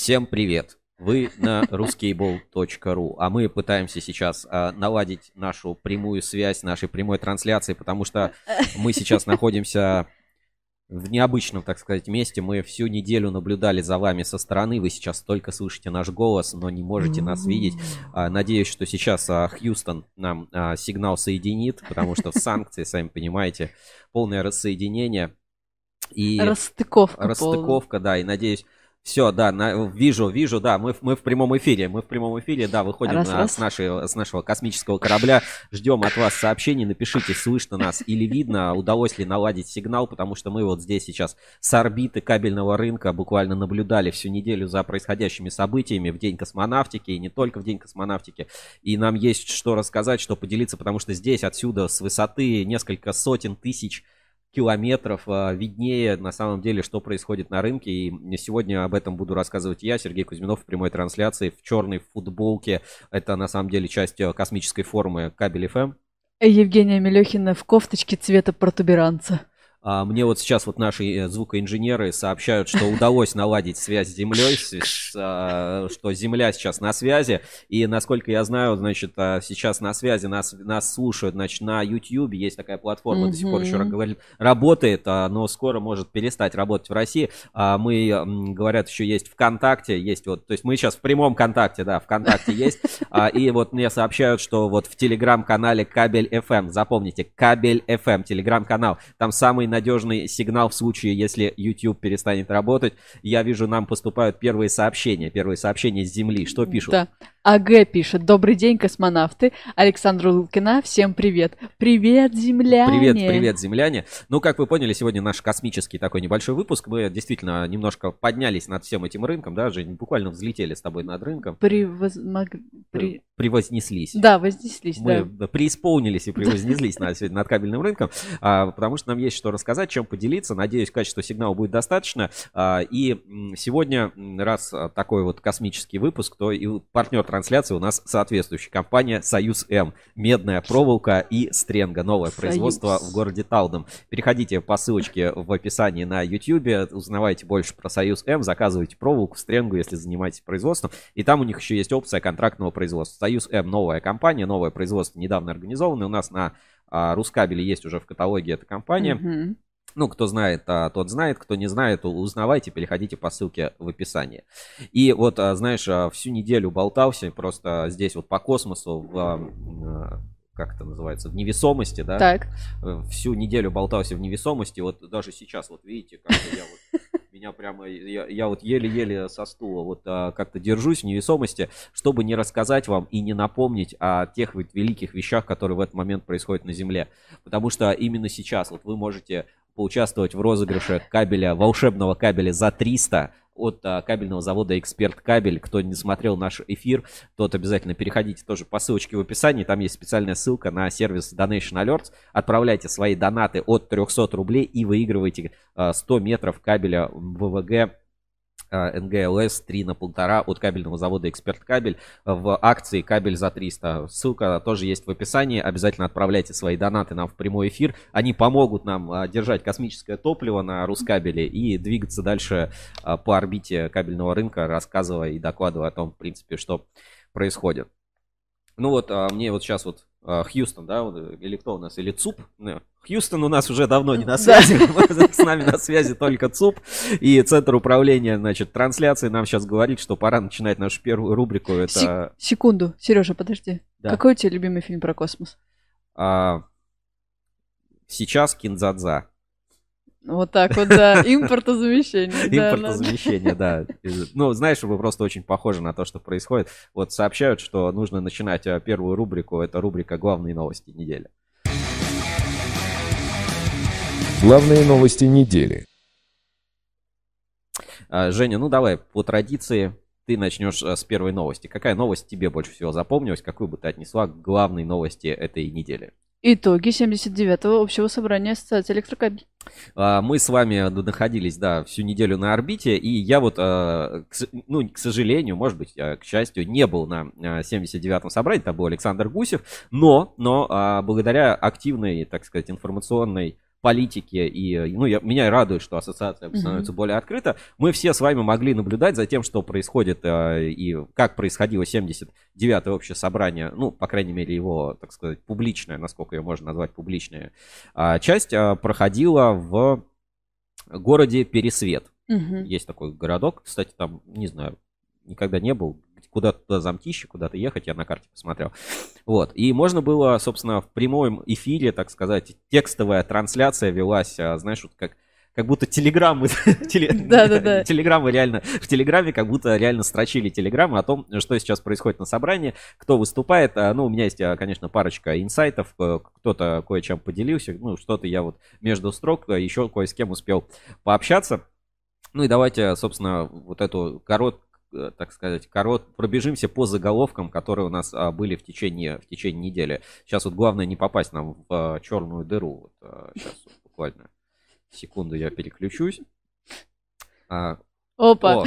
Всем привет! Вы на ruskable.ru, а мы пытаемся сейчас наладить нашу прямую связь, нашей прямой трансляции, потому что мы сейчас находимся в необычном, так сказать, месте. Мы всю неделю наблюдали за вами со стороны. Вы сейчас только слышите наш голос, но не можете нас видеть. Надеюсь, что сейчас Хьюстон нам сигнал соединит, потому что санкции, сами понимаете, полное рассоединение. И расстыковка, да, и надеюсь... Все, да, вижу, да, мы в прямом эфире, да, выходим с нашего космического корабля, ждем от вас сообщений, напишите, слышно нас или видно, удалось ли наладить сигнал, потому что мы вот здесь сейчас с орбиты кабельного рынка буквально наблюдали всю неделю за происходящими событиями в День космонавтики, и не только в День космонавтики, и нам есть что рассказать, что поделиться, потому что здесь, отсюда, с высоты несколько сотен тысяч километров виднее на самом деле, что происходит на рынке. И сегодня об этом буду рассказывать я, Сергей Кузьминов, в прямой трансляции в черной футболке. Это на самом деле часть космической формы Кабель FM. Евгения Мелехина в кофточке цвета протуберанца. Мне вот сейчас вот наши звукоинженеры сообщают, что удалось наладить связь с Землей, что Земля сейчас на связи. И, насколько я знаю, значит, сейчас на связи нас слушают, значит, на YouTube. Есть такая платформа, до сих пор еще работает, но скоро может перестать работать в России. Мы, говорят, еще есть ВКонтакте, есть вот, то есть мы сейчас в прямом контакте, да, ВКонтакте есть. И вот мне сообщают, что вот в телеграм-канале Кабель FM, запомните, Кабель FM, телеграм-канал, там самый надежный сигнал в случае, если YouTube перестанет работать. Я вижу, нам поступают первые сообщения с Земли. Что пишут? Да. АГ пишет: добрый день, космонавты. Александра Лукина, всем привет. Привет, земляне. Привет, земляне. Ну, как вы поняли, сегодня наш космический такой небольшой выпуск. Мы действительно немножко поднялись над всем этим рынком, да, Жень, буквально взлетели с тобой над рынком. Превознеслись. Да, вознеслись, Мы преисполнились и превознеслись над кабельным рынком, потому что нам есть что рассказать, чем поделиться. Надеюсь, качество сигнала будет достаточно. И сегодня, раз такой вот космический выпуск, то и партнер трансляции у нас соответствующая компания «Союз М». Медная проволока и стренга. Новое производство в городе Талдом. Переходите по ссылочке в описании на YouTube, узнавайте больше про «Союз М», заказывайте проволоку, стренгу, если занимаетесь производством. И там у них еще есть опция контрактного производства. «Союз М» — новая компания, новое производство, недавно организованное. У нас на Рускабеле есть уже в каталоге эта компания. Ну, кто знает, тот знает, кто не знает, узнавайте, переходите по ссылке в описании. И вот, знаешь, всю неделю болтался просто здесь вот по космосу, как это называется, в невесомости, да? Так. Всю неделю болтался в невесомости, вот даже сейчас, вот видите, как я вот... Меня прямо, я вот еле-еле со стула вот как-то держусь в невесомости, чтобы не рассказать вам и не напомнить о тех вот великих вещах, которые в этот момент происходят на Земле. Потому что именно сейчас вот вы можете поучаствовать в розыгрыше кабеля, волшебного кабеля за 300 от кабельного завода «Эксперт Кабель». Кто не смотрел наш эфир, тот обязательно переходите тоже по ссылочке в описании. Там есть специальная ссылка на сервис Donation Alerts. Отправляйте свои донаты от 300 рублей и выигрывайте 100 метров кабеля ВВГ НГЛС 3 на 1,5 от кабельного завода «Эксперт Кабель» в акции «Кабель за 300». Ссылка тоже есть в описании. Обязательно отправляйте свои донаты нам в прямой эфир. Они помогут нам держать космическое топливо на Рускабеле и двигаться дальше по орбите кабельного рынка, рассказывая и докладывая о том, в принципе, что происходит. Ну вот, мне вот сейчас вот Хьюстон, да, или кто у нас, или ЦУП. Хьюстон у нас уже давно не на связи, с нами на связи только ЦУП и Центр управления, значит, трансляции нам сейчас говорит, что пора начинать нашу первую рубрику. Это... Секунду, Сережа, подожди. Да. Какой у тебя любимый фильм про космос? Сейчас «Киндзадза». Вот так вот, да, импортозамещение. Импортозамещение, да. Ну, знаешь, вы просто очень похожи на то, что происходит. Вот сообщают, что нужно начинать первую рубрику. Это рубрика «Главные новости недели». Главные новости недели. Женя, ну давай, по традиции, ты начнешь с первой новости. Какая новость тебе больше всего запомнилась? Какую бы ты отнесла к главной новости этой недели? Итоги 79-го общего собрания Ассоциации электрокабель. Мы с вами находились, да, всю неделю на орбите, и я вот, ну, к сожалению, может быть, к счастью, не был на 79-м собрании, там был Александр Гусев, но благодаря активной, так сказать, информационной политики, и меня радует, что ассоциация становится более открыта. Мы все с вами могли наблюдать за тем, что происходит и как происходило 79-е общее собрание, ну, по крайней мере, его, так сказать, публичная, насколько ее можно назвать публичная часть, проходила в городе Пересвет. Есть такой городок, кстати, там, не знаю, никогда не был, куда-то туда замтище, куда-то ехать, я на карте посмотрел. Вот, и можно было, собственно, в прямом эфире, так сказать, текстовая трансляция велась, знаешь, вот как будто телеграммы, телеграммы реально, в телеграме как будто реально строчили телеграммы о том, что сейчас происходит на собрании, кто выступает. Ну, у меня есть, конечно, парочка инсайтов, кто-то кое-чем поделился, ну, что-то я вот между строк еще кое с кем успел пообщаться. Ну и давайте, собственно, вот эту так сказать, пробежимся по заголовкам, которые у нас были в течение недели. Сейчас вот главное не попасть нам в черную дыру. Вот, сейчас буквально секунду я переключусь. Опа!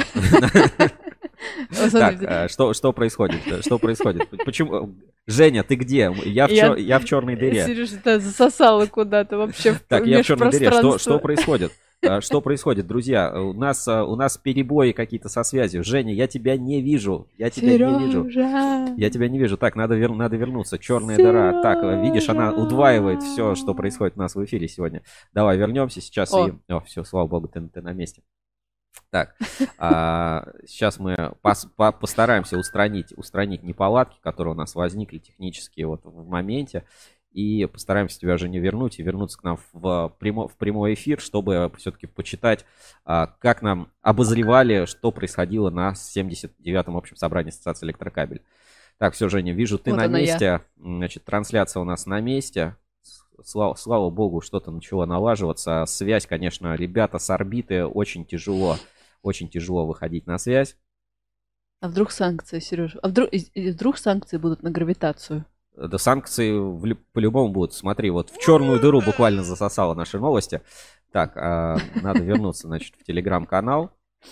Так, что происходит? Что происходит? Почему? Женя, ты где? Я в черной дыре. Сережа, ты засосала куда-то вообще в Так, я в черной дыре. Что происходит? Что происходит, друзья? У нас перебои какие-то со связью. Женя, я тебя не вижу. Я тебя не вижу. Так, надо вернуться. Черная дыра. Так, видишь, она удваивает все, что происходит у нас в эфире сегодня. Давай вернемся сейчас. Все, слава богу, ты на месте. Так, сейчас мы постараемся устранить неполадки, которые у нас возникли технические вот в моменте. И постараемся тебя, Женя, вернуть и вернуться к нам в прямой эфир, чтобы все-таки почитать, как нам обозревали, что происходило на 79-м общем собрании Ассоциации Электрокабель. Так, все, Женя, вижу, ты вот на месте. Значит, трансляция у нас на месте. Слава богу, что-то начало налаживаться. Связь, конечно, ребята с орбиты, очень тяжело выходить на связь. А вдруг санкции, Сережа? А вдруг санкции будут на гравитацию? Да, санкции по-любому будут. Смотри, вот в черную дыру буквально засосало наши новости. Так, надо вернуться, значит, в телеграм-канал.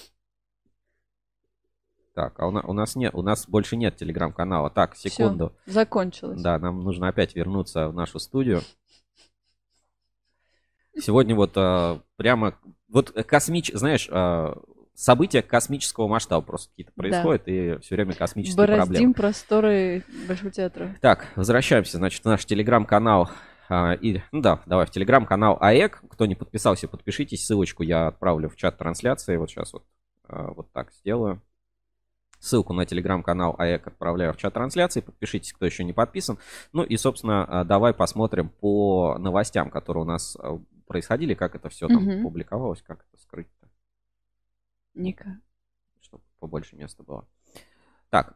Так, а у нас больше нет телеграм-канала. Так, секунду. Всё, закончилось. Да, нам нужно опять вернуться в нашу студию. Сегодня вот прямо, вот знаешь, события космического масштаба просто какие-то происходят, и все время космические проблемы. Бороздим просторы Большого театра. Так, возвращаемся, значит, в наш телеграм-канал. Давай в телеграм-канал АЭК. Кто не подписался, подпишитесь. Ссылочку я отправлю в чат трансляции. Вот сейчас вот так сделаю. Ссылку на телеграм-канал АЭК отправляю в чат трансляции. Подпишитесь, кто еще не подписан. Ну и, собственно, давай посмотрим по новостям, которые у нас происходили, как это все там публиковалось, как это скрыть-то. Ника. Чтобы побольше места было. Так,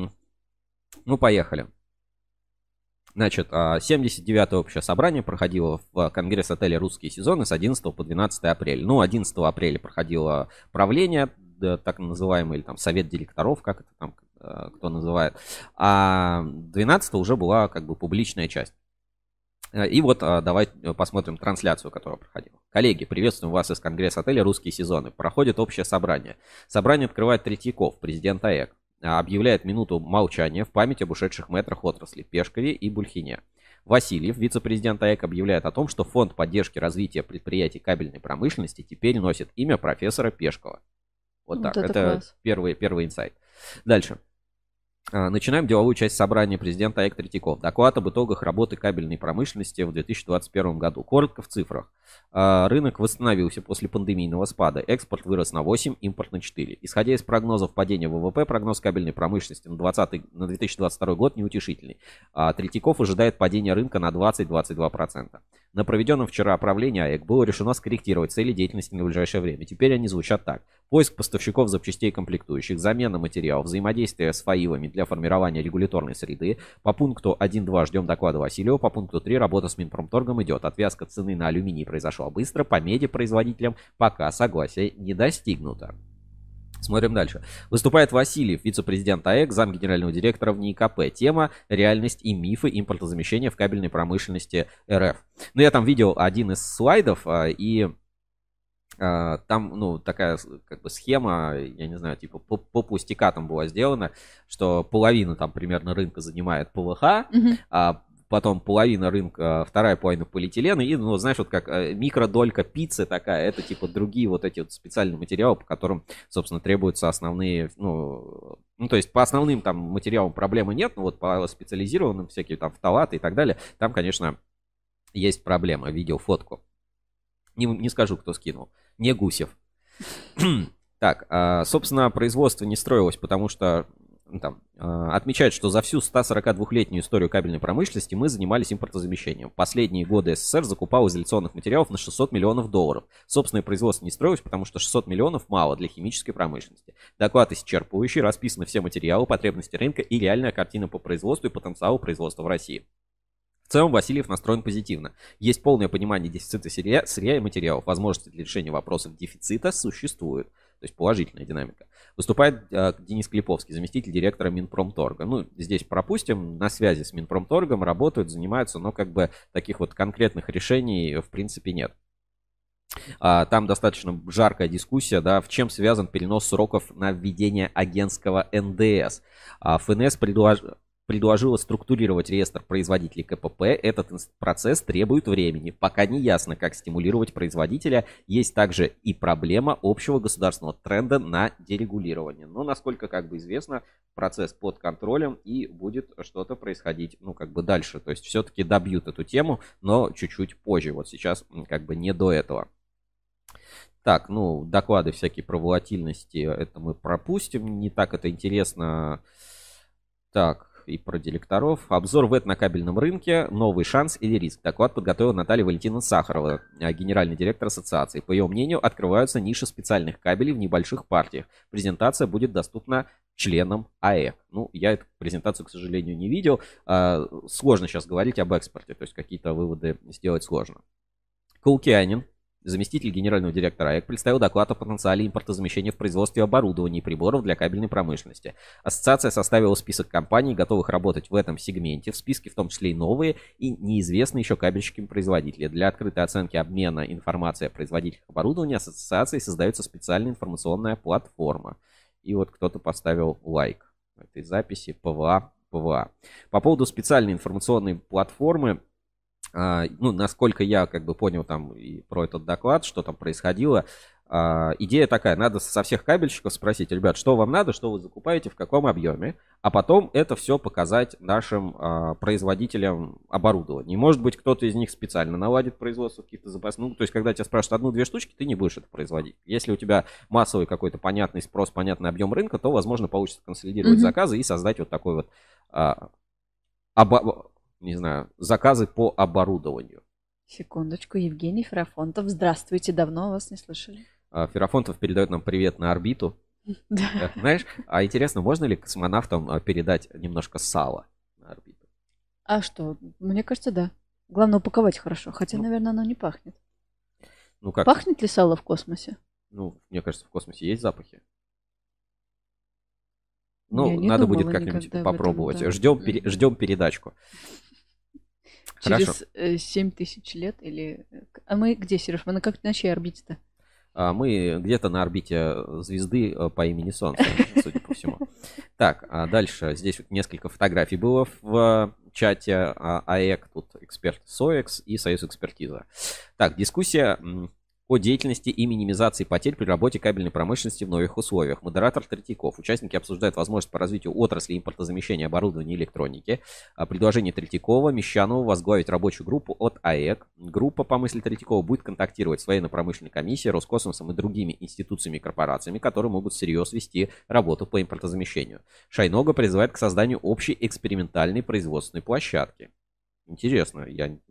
поехали. Значит, 79-е общее собрание проходило в Конгресс-отеле «Русские сезоны» с 11 по 12 апреля. 11 апреля проходило правление, так называемый, или там совет директоров, как это там кто называет. А 12 уже была как бы публичная часть. И вот давайте посмотрим трансляцию, которая проходила. Коллеги, приветствуем вас из Конгресс-отеля «Русские сезоны». Проходит общее собрание. Собрание открывает Третьяков, президент АЭК. Объявляет минуту молчания в память об ушедших мэтрах отрасли Пешкове и Бульхине. Васильев, вице-президент АЭК, объявляет о том, что Фонд поддержки развития предприятий кабельной промышленности теперь носит имя профессора Пешкова. Вот так. Это первый инсайт. Дальше. Начинаем деловую часть собрания президента АЭК Третьяков. Доклад об итогах работы кабельной промышленности в 2021 году. Коротко в цифрах. Рынок восстановился после пандемийного спада. Экспорт вырос на 8, импорт на 4. Исходя из прогнозов падения ВВП, прогноз кабельной промышленности на 2022 год неутешительный. Третьяков ожидает падения рынка на 20-22%. На проведенном вчера правлении АЭК было решено скорректировать цели деятельности на ближайшее время. Теперь они звучат так. Поиск поставщиков запчастей и комплектующих, замена материалов, взаимодействие с ФАИВами для формирования регуляторной среды. По пункту 1.2 ждем доклада Васильева. По пункту 3 работа с Минпромторгом идет. Отвязка цены на алюминий произошла быстро. По меди производителям пока согласия не достигнуто. Смотрим дальше. Выступает Васильев, вице-президент АЭК, замгенерального директора в НИИКП. Тема «Реальность и мифы импортозамещения в кабельной промышленности РФ». Я там видел один из слайдов, и там, такая как бы схема, я не знаю, типа по пустякам была сделана, что половина там примерно рынка занимает ПВХ, а потом половина рынка, вторая половина полиэтилена, и, ну, знаешь, вот как микродолька пиццы такая, это типа другие вот эти вот специальные материалы, по которым, собственно, требуются основные, ну, то есть по основным там материалам проблемы нет, но вот по специализированным, всякие там фталаты и так далее, там, конечно, есть проблема. Видел фотку. Не скажу, кто скинул. Не Гусев. Так, собственно, производство не строилось, потому что там, отмечают, что за всю 142-летнюю историю кабельной промышленности мы занимались импортозамещением. Последние годы СССР закупал изоляционных материалов на $600 миллионов. Собственное производство не строилось, потому что 600 миллионов мало для химической промышленности. Доклад исчерпывающий, расписаны все материалы, потребности рынка и реальная картина по производству и потенциалу производства в России. В целом Васильев настроен позитивно. Есть полное понимание дефицита сырья и материалов. Возможности для решения вопросов дефицита существуют. То есть положительная динамика. Выступает Денис Клиповский, заместитель директора Минпромторга. Ну, здесь пропустим. На связи с Минпромторгом работают, занимаются, но как бы таких вот конкретных решений в принципе нет. Там достаточно жаркая дискуссия, да, в чем связан перенос сроков на введение агентского НДС. ФНС предложила структурировать реестр производителей КПП. Этот процесс требует времени. Пока не ясно, как стимулировать производителя. Есть также и проблема общего государственного тренда на дерегулирование. Но, насколько как бы известно, процесс под контролем и будет что-то происходить, ну, как бы дальше. То есть все-таки добьют эту тему, но чуть-чуть позже. Вот сейчас как бы не до этого. Так, ну, доклады всякие про волатильности, это мы пропустим. Не так это интересно. Так. И про директоров. Обзор ВЭТ на кабельном рынке. Новый шанс или риск. Доклад подготовила Наталья Валентиновна Сахарова, генеральный директор ассоциации. По ее мнению, открываются ниши специальных кабелей в небольших партиях. Презентация будет доступна членам АЭК. Ну, я эту презентацию, к сожалению, не видел. Сложно сейчас говорить об экспорте. То есть какие-то выводы сделать сложно. Каукианин, заместитель генерального директора АЭК, представил доклад о потенциале импортозамещения в производстве оборудования и приборов для кабельной промышленности. Ассоциация составила список компаний, готовых работать в этом сегменте. В списке в том числе и новые и неизвестные еще кабельщикам-производители. Для открытой оценки обмена информацией о производителях оборудования ассоциации создается специальная информационная платформа. И вот кто-то поставил лайк этой записи. ПВА. По поводу специальной информационной платформы, ну, насколько я как бы понял там и про этот доклад, что там происходило, идея такая: надо со всех кабельщиков спросить: ребят, что вам надо, что вы закупаете, в каком объеме, а потом это все показать нашим производителям оборудования. Может быть, кто-то из них специально наладит производство каких-то запасов. Ну, то есть, когда тебя спрашивают одну-две штучки, ты не будешь это производить. Если у тебя массовый какой-то понятный спрос, понятный объем рынка, то, возможно, получится консолидировать заказы и создать вот такой вот не знаю, заказы по оборудованию. Секундочку, Евгений Ферафонтов. Здравствуйте, давно вас не слышали. Ферафонтов передает нам привет на орбиту. Знаешь, а интересно, можно ли космонавтам передать немножко сала на орбиту? А что? Мне кажется, да. Главное упаковать хорошо, хотя, наверное, оно не пахнет. Ну, как? Пахнет ли сало в космосе? Ну, мне кажется, в космосе есть запахи. Ну, надо будет как-нибудь попробовать. Ждем передачку. Через 7000 лет или... А мы где, Сереж? Мы на чьей орбите-то? Мы где-то на орбите звезды по имени Солнце, судя по всему. Так, дальше. Здесь вот несколько фотографий было в чате АЭК. Тут эксперт СОЭКС и Союз экспертиза. Так, дискуссия о деятельности и минимизации потерь при работе кабельной промышленности в новых условиях. Модератор Третьяков. Участники обсуждают возможность по развитию отрасли импортозамещения оборудования и электроники. Предложение Третьякова, Мещанова возглавить рабочую группу от АЭК. Группа, по мысли Третьякова, будет контактировать с военно-промышленной комиссией, Роскосмосом и другими институциями и корпорациями, которые могут всерьез вести работу по импортозамещению. Шайнога призывает к созданию общей экспериментальной производственной площадки. Интересно,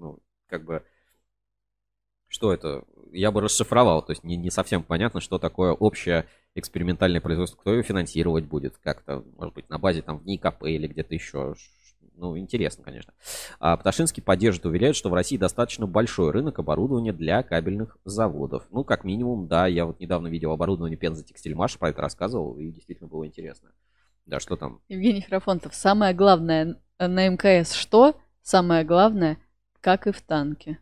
что это? Я бы расшифровал, то есть не совсем понятно, что такое общее экспериментальное производство, кто ее финансировать будет, как-то, может быть, на базе там в НИКП или где-то еще. Ну, интересно, конечно. Пташинский поддержит, уверяет, что в России достаточно большой рынок оборудования для кабельных заводов. Ну, как минимум, да, я вот недавно видел оборудование Пенза Текстильмаш, про это рассказывал, и действительно было интересно. Да, что там? Евгений Ферафонтов, самое главное на МКС что? Самое главное, как и в танке.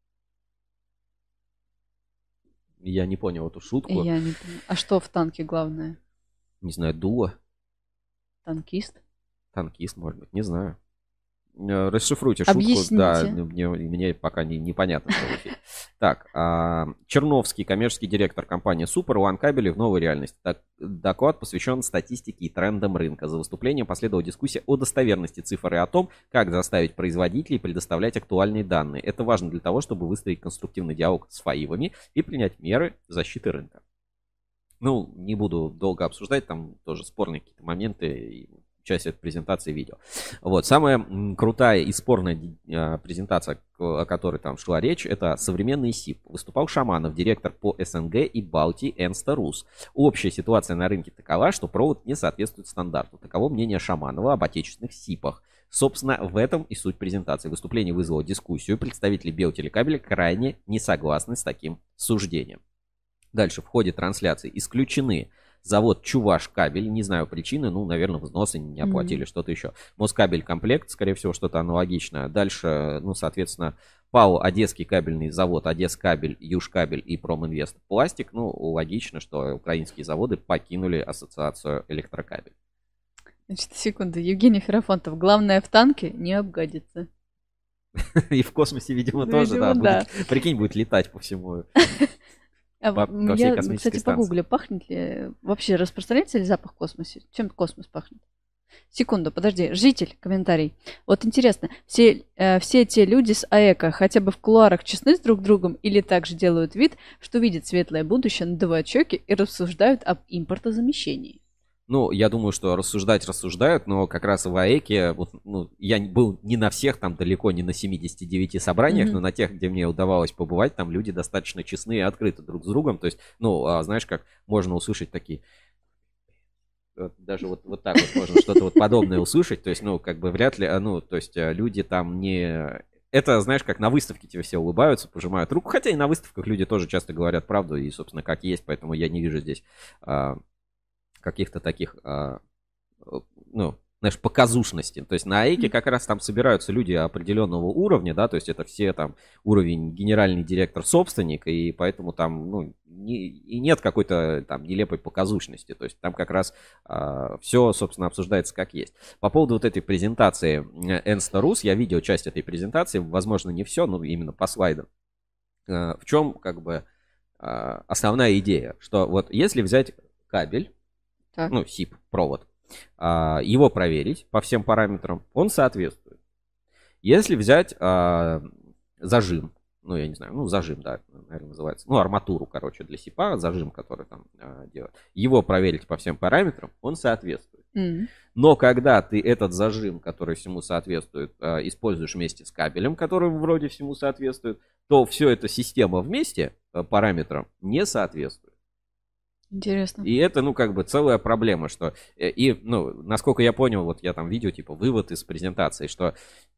Я не понял эту шутку. Я не понял. А что в танке главное? Не знаю, дуло. Танкист? Танкист, может быть, не знаю. расшифруйте шутку. Объясните. Да, мне пока непонятно, что в эфире. Так, Черновский, коммерческий директор компании Супер, One Кабель в новой реальности. Доклад посвящен статистике и трендам рынка. За выступлением последовала дискуссия о достоверности цифр и о том, как заставить производителей предоставлять актуальные данные. Это важно для того, чтобы выстроить конструктивный диалог с ФАИВами и принять меры защиты рынка. Ну, не буду долго обсуждать, там тоже спорные какие-то моменты и часть этой презентации видео. Вот, самая крутая и спорная презентация, о которой там шла речь, это современный СИП. Выступал Шаманов, директор по СНГ и Балтии Энста Рус. Общая ситуация на рынке такова, что провод не соответствует стандарту. Таково мнение Шаманова об отечественных СИПах. Собственно, в этом и суть презентации. Выступление вызвало дискуссию. Представители Белтелекабеля крайне не согласны с таким суждением. Дальше в ходе трансляции исключены завод Чувашкабель, не знаю причины, ну, наверное, взносы не оплатили, что-то еще. Москабель комплект, скорее всего, что-то аналогичное. Дальше, ну, соответственно, ПАО Одесский кабельный завод, Одесскабель, Южкабель и Проминвест Пластик. Ну, логично, что украинские заводы покинули ассоциацию Электрокабель. Значит, секунду. Евгений Ферапонтов. Главное в танке не обгадится. И в космосе, видимо, тоже, да. Прикинь, будет летать по всему. Я, кстати, погуглю, пахнет ли... Вообще распространяется ли запах в космосе? Чем космос пахнет? Секунду, подожди. Житель, комментарий. Вот интересно, все те люди с АЭКО хотя бы в кулуарах честны с друг другом или также делают вид, что видят светлое будущее, надувают щеки и рассуждают об импортозамещении? Ну, я думаю, что рассуждают, но как раз в АЭКе, вот, ну, я был не на всех, там далеко не на 79 собраниях, но на тех, где мне удавалось побывать, там люди достаточно честны и открыты друг с другом. То есть, ну, знаешь, как можно услышать такие... Даже вот так вот можно что-то вот подобное услышать. То есть, ну, как бы вряд ли, ну, то есть люди там не... Это, знаешь, как на выставке тебе все улыбаются, пожимают руку. Хотя и на выставках люди тоже часто говорят правду и, собственно, как есть, поэтому я не вижу здесь... каких-то таких, ну, знаешь, показушности. То есть на АЭКе как раз там собираются люди определенного уровня, да, то есть это все там уровень генеральный директор, собственник, и поэтому там, ну, и нет какой-то там нелепой показушности. То есть там как раз все, собственно, обсуждается как есть. По поводу вот этой презентации Энста Рус, я видел часть этой презентации, возможно, не все, но именно по слайдам. В чем, как бы, основная идея, что вот если взять кабель, ну, СИП, провод, его проверить по всем параметрам, он соответствует. Если взять зажим, ну, я не знаю, ну, зажим, да, наверное, называется, ну, арматуру, короче, для СИПа, зажим, который там делают, его проверить по всем параметрам, он соответствует. Но когда ты этот зажим, который всему соответствует, используешь вместе с кабелем, который вроде всему соответствует, то все эта система вместе параметрам не соответствует. Интересно. И это, ну, как бы целая проблема, что... И, ну, насколько я понял, вот я там видел, типа, вывод из презентации, что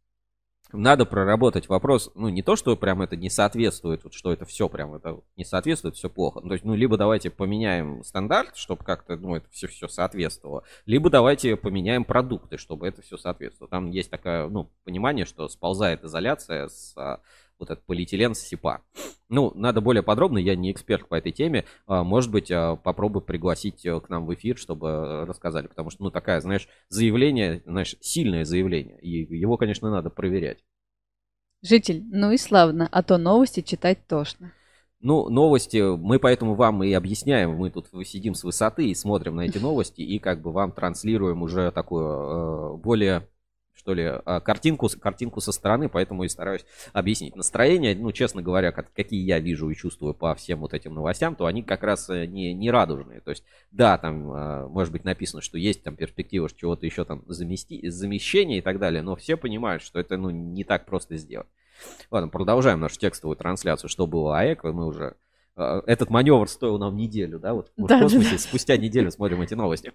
надо проработать вопрос, ну, не то, что прям это не соответствует, вот, что это все прям это не соответствует, все плохо. Ну, то есть, ну, либо давайте поменяем стандарт, чтобы как-то, ну, это все соответствовало, либо давайте поменяем продукты, чтобы это все соответствовало. Там есть такое, ну, понимание, что сползает изоляция с... вот этот полиэтилен с СИПа. Ну, надо более подробно, я не эксперт по этой теме. Может быть, попробую пригласить к нам в эфир, чтобы рассказали. Потому что, ну, такая, знаешь, заявление, знаешь, сильное заявление. И его, конечно, надо проверять. Житель, ну и славно, а то новости читать тошно. Ну, новости, мы поэтому вам и объясняем. Мы тут сидим с высоты и смотрим на эти новости. И как бы вам транслируем уже такую более... что ли, картинку со стороны, поэтому и стараюсь объяснить. Настроение, ну, честно говоря, какие я вижу и чувствую по всем вот этим новостям, то они как раз не радужные. То есть, да, там, может быть, написано, что есть там перспектива чего-то еще там замещения и так далее, но все понимают, что это, ну, не так просто сделать. Ладно, продолжаем нашу текстовую трансляцию, что было АЭК, мы уже... Этот маневр стоил нам неделю, да, вот в космосе, спустя неделю смотрим эти новости.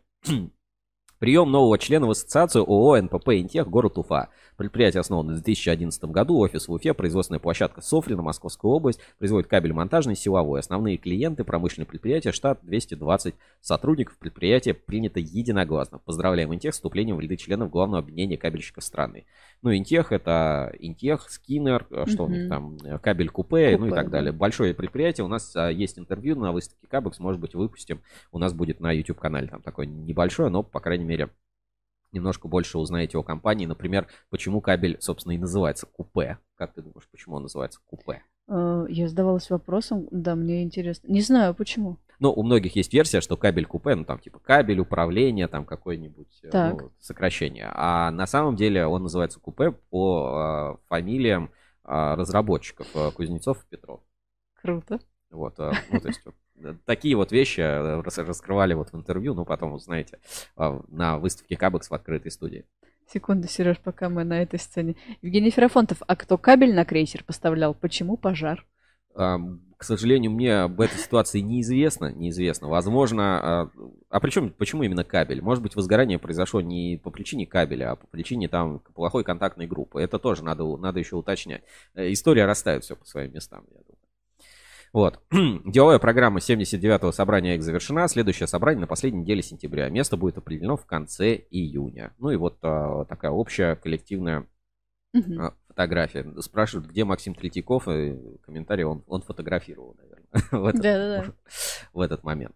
Прием нового члена в ассоциацию ООО НПП «Интех», город Уфа. Предприятие основано в 2011 году. Офис в Уфе, производственная площадка Софрина, Московская область. Производит кабель монтажный, силовой. Основные клиенты — промышленные предприятия. Штат 220 сотрудников. Предприятие принято единогласно. Поздравляем Интех с вступлением в ряды членов главного объединения кабельщиков страны. Ну, Интех — это Интех, Скиннер, что у них там, кабель купе, ну и так далее. Большое предприятие. У нас есть интервью на выставке Кабекс. Может быть, выпустим. У нас будет на YouTube-канале там такое небольшое, но, по крайней мере, немножко больше узнаете о компании. Например, почему кабель, собственно, и называется купе. Как ты думаешь, почему он называется купе? Я задавалась вопросом, да, мне интересно. Не знаю, почему. Ну, у многих есть версия, что кабель купе, ну, там, типа, кабель управления, там, какое-нибудь сокращение. А на самом деле он называется купе по фамилиям разработчиков Кузнецов и Петров. Круто. Вот, ну, то есть, такие вот вещи раскрывали вот в интервью, ну, потом, узнаете, на выставке Кабекс в открытой студии. Секунду, Сереж, пока мы на этой сцене. Евгений Ферапонтов, а кто кабель на крейсер поставлял? Почему пожар? К сожалению, мне об этой ситуации неизвестно. Возможно, почему именно кабель? Может быть, возгорание произошло не по причине кабеля, а по причине там плохой контактной группы. Это тоже надо еще уточнять. История расставит все по своим местам, я думаю. Вот. Деловая программа 79-го собрания ЭК завершена. Следующее собрание на последней неделе сентября. Место будет определено в конце июня. Ну и вот такая общая коллективная фотография. Спрашивают, где Максим Третьяков. И комментарий он фотографировал, наверное, в этот момент.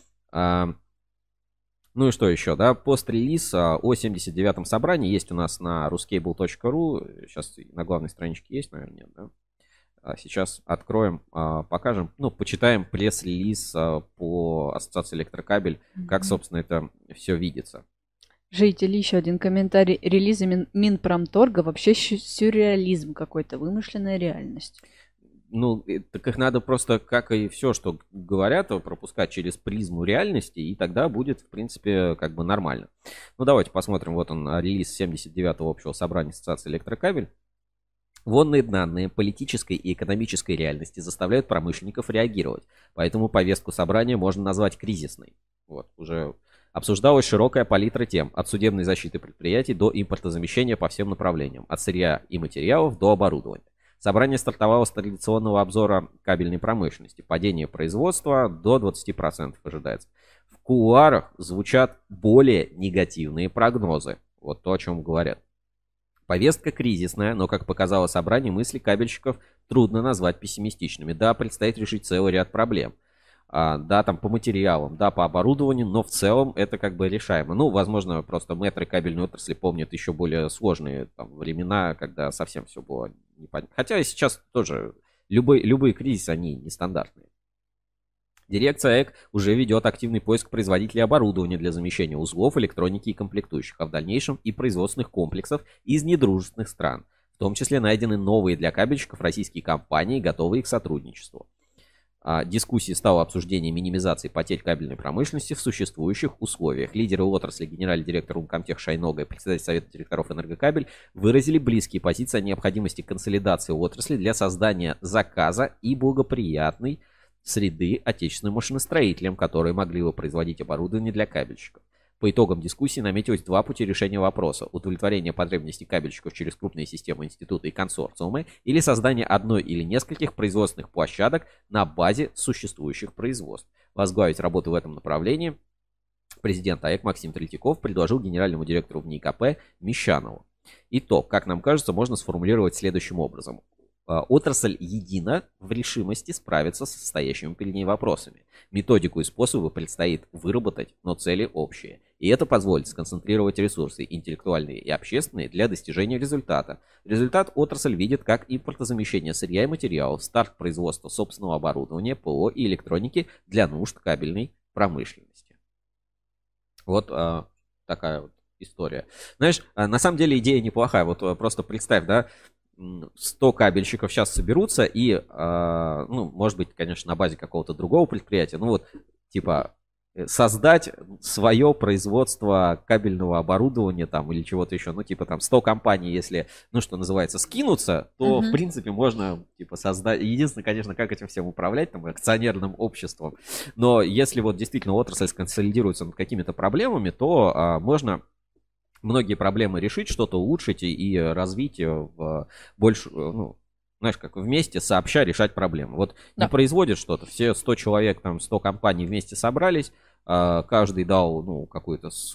Ну и что еще, да? Пост-релиз о 79-м собрании есть у нас на ruscable.ru. Сейчас на главной страничке есть, наверное, нет, да? Сейчас откроем, покажем, ну, почитаем пресс-релиз по Ассоциации Электрокабель, как, собственно, это все видится. Жители, еще один комментарий. Релизы Минпромторга вообще сюрреализм какой-то, вымышленная реальность. Ну, так их надо просто, как и все, что говорят, пропускать через призму реальности, и тогда будет, в принципе, как бы нормально. Ну, давайте посмотрим. Вот он, релиз 79-го общего собрания Ассоциации Электрокабель. Вонные данные политической и экономической реальности заставляют промышленников реагировать, поэтому повестку собрания можно назвать кризисной. Вот, уже обсуждалась широкая палитра тем, от судебной защиты предприятий до импортозамещения по всем направлениям, от сырья и материалов до оборудования. Собрание стартовало с традиционного обзора кабельной промышленности. Падение производства до 20% ожидается. В кулуарах звучат более негативные прогнозы. Вот то, о чем говорят. Повестка кризисная, но, как показало собрание, мысли кабельщиков трудно назвать пессимистичными. Да, предстоит решить целый ряд проблем. Да, там по материалам, да, по оборудованию, но в целом это как бы решаемо. Ну, возможно, просто мэтры кабельной отрасли помнят еще более сложные там времена, когда совсем все было непонятно. Хотя и сейчас тоже любые кризисы, они нестандартные. Дирекция ЭК уже ведет активный поиск производителей оборудования для замещения узлов, электроники и комплектующих, а в дальнейшем и производственных комплексов из недружественных стран. В том числе найдены новые для кабельщиков российские компании, готовые к сотрудничеству. Дискуссии стало обсуждение минимизации потерь кабельной промышленности в существующих условиях. Лидеры отрасли, генеральный директор Умкомтех Шайнога и председатель Совета директоров Энергокабель выразили близкие позиции о необходимости консолидации отрасли для создания заказа и благоприятной среды отечественным машиностроителям, которые могли бы производить оборудование для кабельщиков. По итогам дискуссии наметилось два пути решения вопроса: удовлетворение потребностей кабельщиков через крупные системы, институты и консорциумы, или создание одной или нескольких производственных площадок на базе существующих производств. Возглавить работу в этом направлении президент АЭК Максим Третьяков предложил генеральному директору ВНИИКП Мещанову. Итог, как нам кажется, можно сформулировать следующим образом. Отрасль едина в решимости справиться с стоящими перед ней вопросами. Методику и способы предстоит выработать, но цели общие. И это позволит сконцентрировать ресурсы интеллектуальные и общественные для достижения результата. Результат отрасль видит как импортозамещение сырья и материалов, старт производства собственного оборудования, ПО и электроники для нужд кабельной промышленности. Вот такая вот история. Знаешь, на самом деле идея неплохая. Вот просто представь, да, 100 кабельщиков сейчас соберутся и, ну, может быть, конечно, на базе какого-то другого предприятия, ну вот, типа, создать свое производство кабельного оборудования там или чего-то еще, ну, типа, там, 100 компаний, если, ну, что называется, скинутся, то, в принципе, можно, типа, создать, единственное, конечно, как этим всем управлять, там, акционерным обществом, но если вот действительно отрасль сконсолидируется над какими-то проблемами, то можно многие проблемы решить, что-то улучшить и развить в больше, ну, знаешь, как вместе сообща решать проблемы. Вот не производят что-то, все 100 человек, там 100 компаний вместе собрались, каждый дал, ну, какой-то свой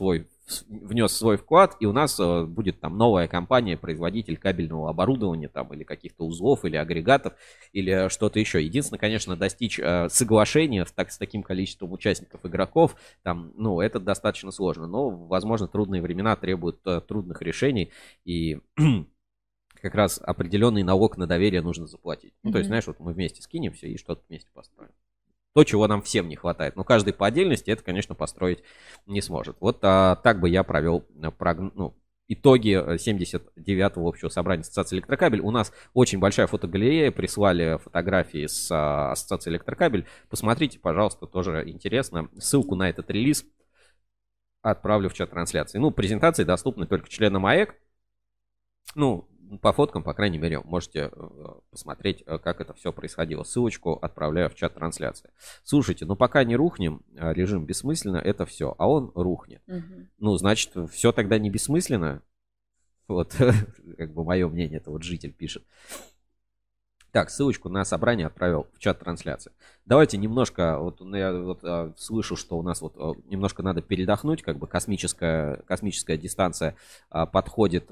внес свой вклад, и у нас будет там новая компания, производитель кабельного оборудования там, или каких-то узлов, или агрегатов, или что-то еще. Единственное, конечно, достичь соглашения с таким количеством участников, игроков, там, ну, это достаточно сложно. Но, возможно, трудные времена требуют трудных решений, и как раз определенный налог на доверие нужно заплатить. Ну, то есть, знаешь, вот мы вместе скинемся и что-то вместе построим. То, чего нам всем не хватает. Но каждый по отдельности это, конечно, построить не сможет. Вот так бы я провел итоги 79-го общего собрания Ассоциации Электрокабель. У нас очень большая фотогалерея. Прислали фотографии с Ассоциации Электрокабель. Посмотрите, пожалуйста, тоже интересно. Ссылку на этот релиз отправлю в чат трансляции. Ну, презентации доступны только членам АЭК. Ну, по фоткам, по крайней мере, можете посмотреть, как это все происходило. Ссылочку отправляю в чат трансляции. Слушайте, ну пока не рухнем, режим бессмысленно, это все, а он рухнет. Ну, значит, все тогда не бессмысленно. Вот, как бы мое мнение, это вот житель пишет. Так, ссылочку на собрание отправил в чат трансляции. Давайте немножко, вот я слышу, что у нас вот немножко надо передохнуть, как бы космическая дистанция подходит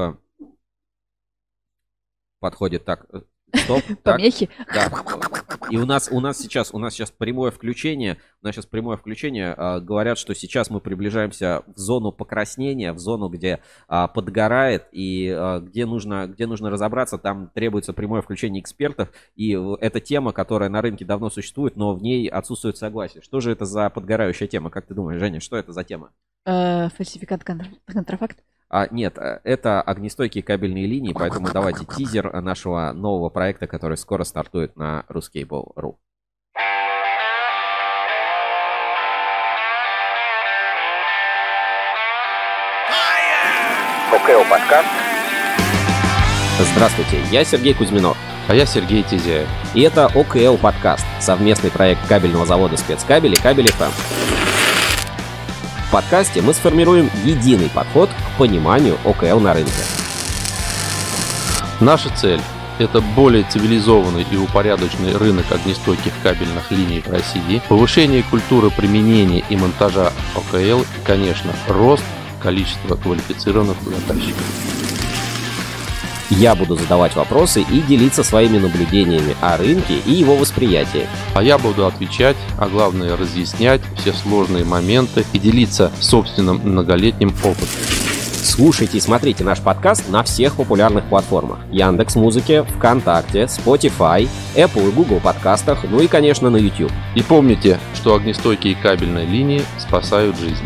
так, стоп. Помехи. Да. И у нас сейчас прямое включение. Говорят, что сейчас мы приближаемся в зону покраснения, в зону, где подгорает, и где нужно разобраться. Там требуется прямое включение экспертов. И эта тема, которая на рынке давно существует, но в ней отсутствует согласие. Что же это за подгорающая тема? Как ты думаешь, Женя, что это за тема? Фальсификат, контрафакт. Нет, это огнестойкие кабельные линии, поэтому давайте тизер нашего нового проекта, который скоро стартует на Ruscable.ru. ОКЛ подкаст. Здравствуйте, я Сергей Кузьминов. А я Сергей Тизяев. И это ОКЛ подкаст, совместный проект кабельного завода «Спецкабель» и «Кабель ФМ». В подкасте мы сформируем единый подход к пониманию ОКЛ на рынке. Наша цель – это более цивилизованный и упорядоченный рынок огнестойких кабельных линий в России, повышение культуры применения и монтажа ОКЛ и, конечно, рост количества квалифицированных монтажников. Я буду задавать вопросы и делиться своими наблюдениями о рынке и его восприятии. А я буду отвечать, а главное разъяснять все сложные моменты и делиться собственным многолетним опытом. Слушайте и смотрите наш подкаст на всех популярных платформах: Яндекс.Музыке, ВКонтакте, Spotify, Apple и Google подкастах, ну и, конечно, на YouTube. И помните, что огнестойкие кабельные линии спасают жизни.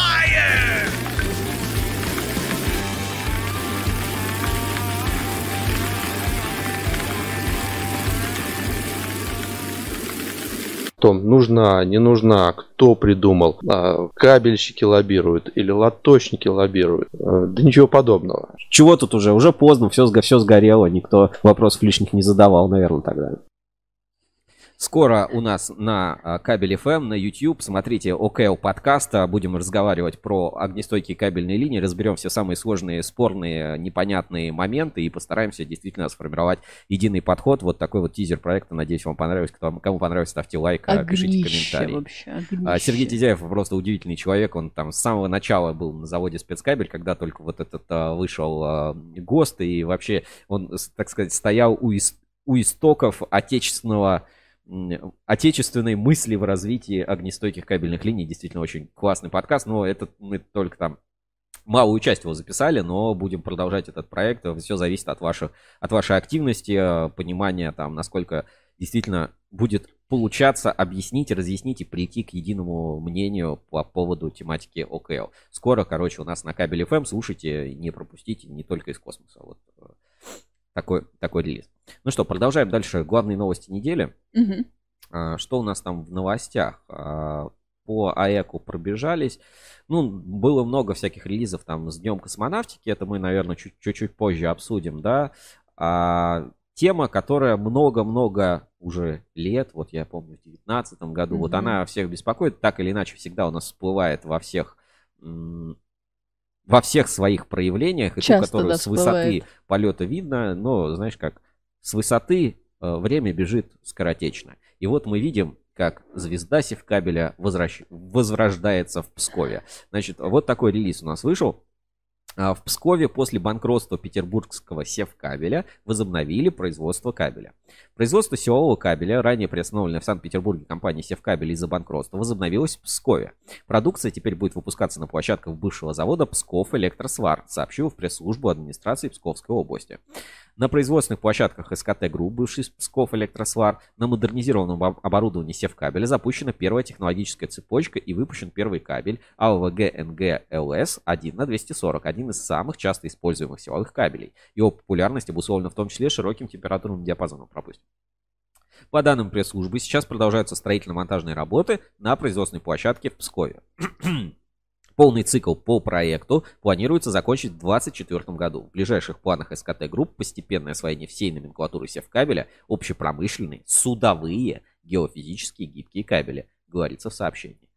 Том, нужна, не нужна, кто придумал, кабельщики лоббируют или лоточники лоббируют, да ничего подобного. Чего тут уже поздно, все сгорело, никто вопросов лишних не задавал, наверное, тогда. Скоро у нас на Кабель FM, на YouTube, смотрите ОКЛ подкаста, будем разговаривать про огнестойкие кабельные линии, разберем все самые сложные, спорные, непонятные моменты и постараемся действительно сформировать единый подход. Вот такой вот тизер проекта, надеюсь, вам понравился. Кому понравится, ставьте лайк, пишите комментарии. Вообще, Сергей Тизяев просто удивительный человек, он там с самого начала был на заводе «Спецкабель», когда только вот этот вышел ГОСТ, и вообще он, так сказать, стоял у истоков отечественной мысли в развитии огнестойких кабельных линий. Действительно очень классный подкаст, но это мы только там малую часть его записали, но будем продолжать этот проект. Все зависит от вашей активности, понимания, там, насколько действительно будет получаться объяснить, разъяснить и прийти к единому мнению по поводу тематики ОКЛ. Скоро, короче, у нас на Кабель FM, слушайте, не пропустите, не только из космоса. Вот такой релиз. Ну что, продолжаем дальше. Главные новости недели. Что у нас там в новостях? По АЭКу пробежались. Ну, было много всяких релизов там с Днем космонавтики. Это мы, наверное, чуть-чуть позже обсудим, да. Тема, которая много-много уже лет, вот я помню, в 2019 году, вот она всех беспокоит. Так или иначе, всегда у нас всплывает во всех своих проявлениях, и ту, которую с высоты полета видно, но, знаешь как, с высоты время бежит скоротечно. И вот мы видим, как звезда севкабеля возрождается в Пскове. Значит, вот такой релиз у нас вышел. В Пскове после банкротства петербургского севкабеля возобновили производство кабеля. Производство силового кабеля, ранее приостановленное в Санкт-Петербурге компанией Севкабель из-за банкротства, возобновилось в Пскове. Продукция теперь будет выпускаться на площадках бывшего завода Псков Электросвар, сообщил в пресс-службу администрации Псковской области. На производственных площадках СКТ Групп, бывший Псков Электросвар, на модернизированном оборудовании Севкабеля запущена первая технологическая цепочка и выпущен первый кабель АЛВГ-НГ-ЛС 1/240, один из самых часто используемых силовых кабелей. Его популярность обусловлена в том числе широким температурным диапазоном. По данным пресс-службы, сейчас продолжаются строительно-монтажные работы на производственной площадке в Пскове. Полный цикл по проекту планируется закончить в 2024 году. В ближайших планах СКТ Групп постепенное освоение всей номенклатуры севкабеля, общепромышленные, судовые, геофизические гибкие кабели, говорится в сообщении.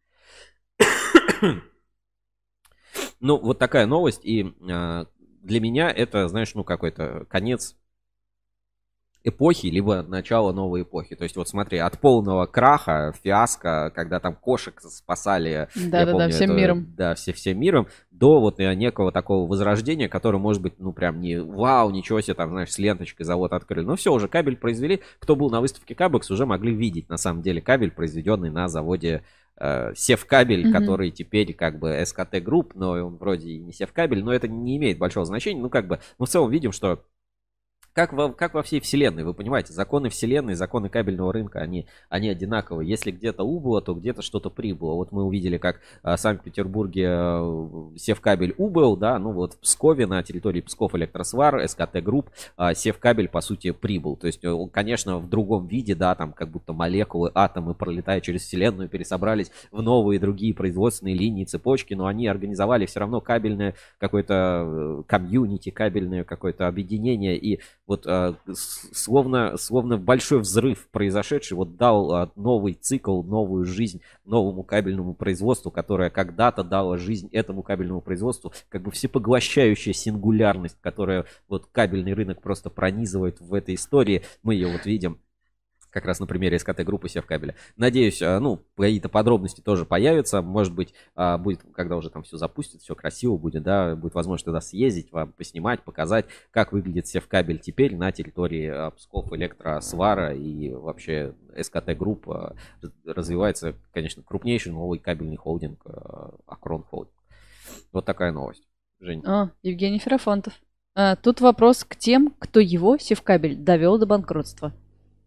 Ну, вот такая новость. И для меня это, знаешь, ну какой-то конец эпохи, либо начало новой эпохи. То есть вот смотри, от полного краха, фиаско, когда там кошек спасали, всем миром. Да, всем миром, до вот некого такого возрождения, которое может быть, ну прям не вау, ничего себе, там, знаешь, с ленточкой завод открыли. Ну все, уже кабель произвели. Кто был на выставке Кабекс, уже могли видеть на самом деле кабель, произведенный на заводе Севкабель, который теперь как бы СКТ Групп, но он вроде и не Севкабель, но это не имеет большого значения. Ну как бы мы в целом видим, что как во всей вселенной, вы понимаете, законы вселенной, законы кабельного рынка, они одинаковые. Если где-то убыло, то где-то что-то прибыло. Вот мы увидели, как в Санкт-Петербурге Севкабель убыл, да, ну вот в Пскове, на территории Псков Электросвар, СКТ Групп, Севкабель, по сути, прибыл. То есть, конечно, в другом виде, да, там как будто молекулы, атомы, пролетая через вселенную, пересобрались в новые другие производственные линии, цепочки, но они организовали все равно кабельное какое-то комьюнити, кабельное какое-то объединение, и вот словно большой взрыв произошедший вот дал новый цикл, новую жизнь новому кабельному производству, которое когда-то дало жизнь этому кабельному производству, как бы всепоглощающая сингулярность, которая вот кабельный рынок просто пронизывает в этой истории. Мы ее вот видим как раз на примере СКТ Группы Севкабеля. Надеюсь, ну, какие-то подробности тоже появятся. Может быть, будет, когда уже там все запустит, все красиво будет, да, будет возможность туда съездить, вам поснимать, показать, как выглядит Севкабель теперь на территории Псков Электросвара, и вообще СКТ Группа развивается, конечно, крупнейший новый кабельный холдинг Акрон Холдинг. Вот такая новость. Жень. Евгений Ферафонтов. Тут вопрос к тем, кто его, Севкабель, довел до банкротства.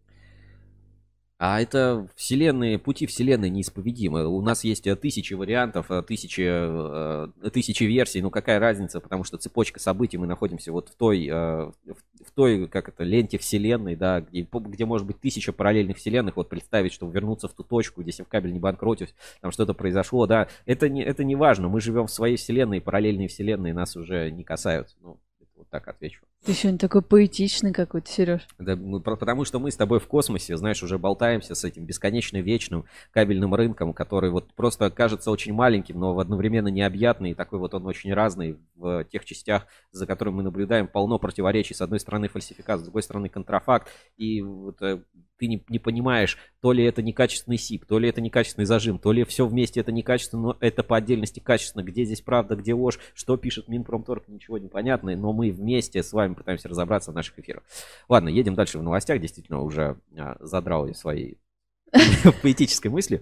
А это пути вселенной неисповедимы. У нас есть тысячи вариантов, тысячи версий. Ну какая разница, потому что цепочка событий, мы находимся вот в той как это, ленте вселенной, да, где может быть 1000 параллельных вселенных. Вот представить, чтобы вернуться в ту точку, где Севкабель не банкротился, там что-то произошло, да. Это не важно. Мы живем в своей вселенной, параллельные вселенные нас уже не касаются. Ну, вот так отвечу. Ты сегодня такой поэтичный какой-то, Сереж. Да, потому что мы с тобой в космосе, знаешь, уже болтаемся с этим бесконечно вечным кабельным рынком, который вот просто кажется очень маленьким, но одновременно необъятный, и такой вот он очень разный в тех частях, за которыми мы наблюдаем, полно противоречий. С одной стороны фальсификат, с другой стороны контрафакт, и вот ты не понимаешь, то ли это некачественный СИП, то ли это некачественный зажим, то ли все вместе это некачественно, но это по отдельности качественно. Где здесь правда, где ложь, что пишет Минпромторг, ничего не понятно, но мы вместе с вами пытаемся разобраться в наших эфирах. Ладно, едем дальше в новостях. Действительно, уже задрал я своей поэтической мыслью.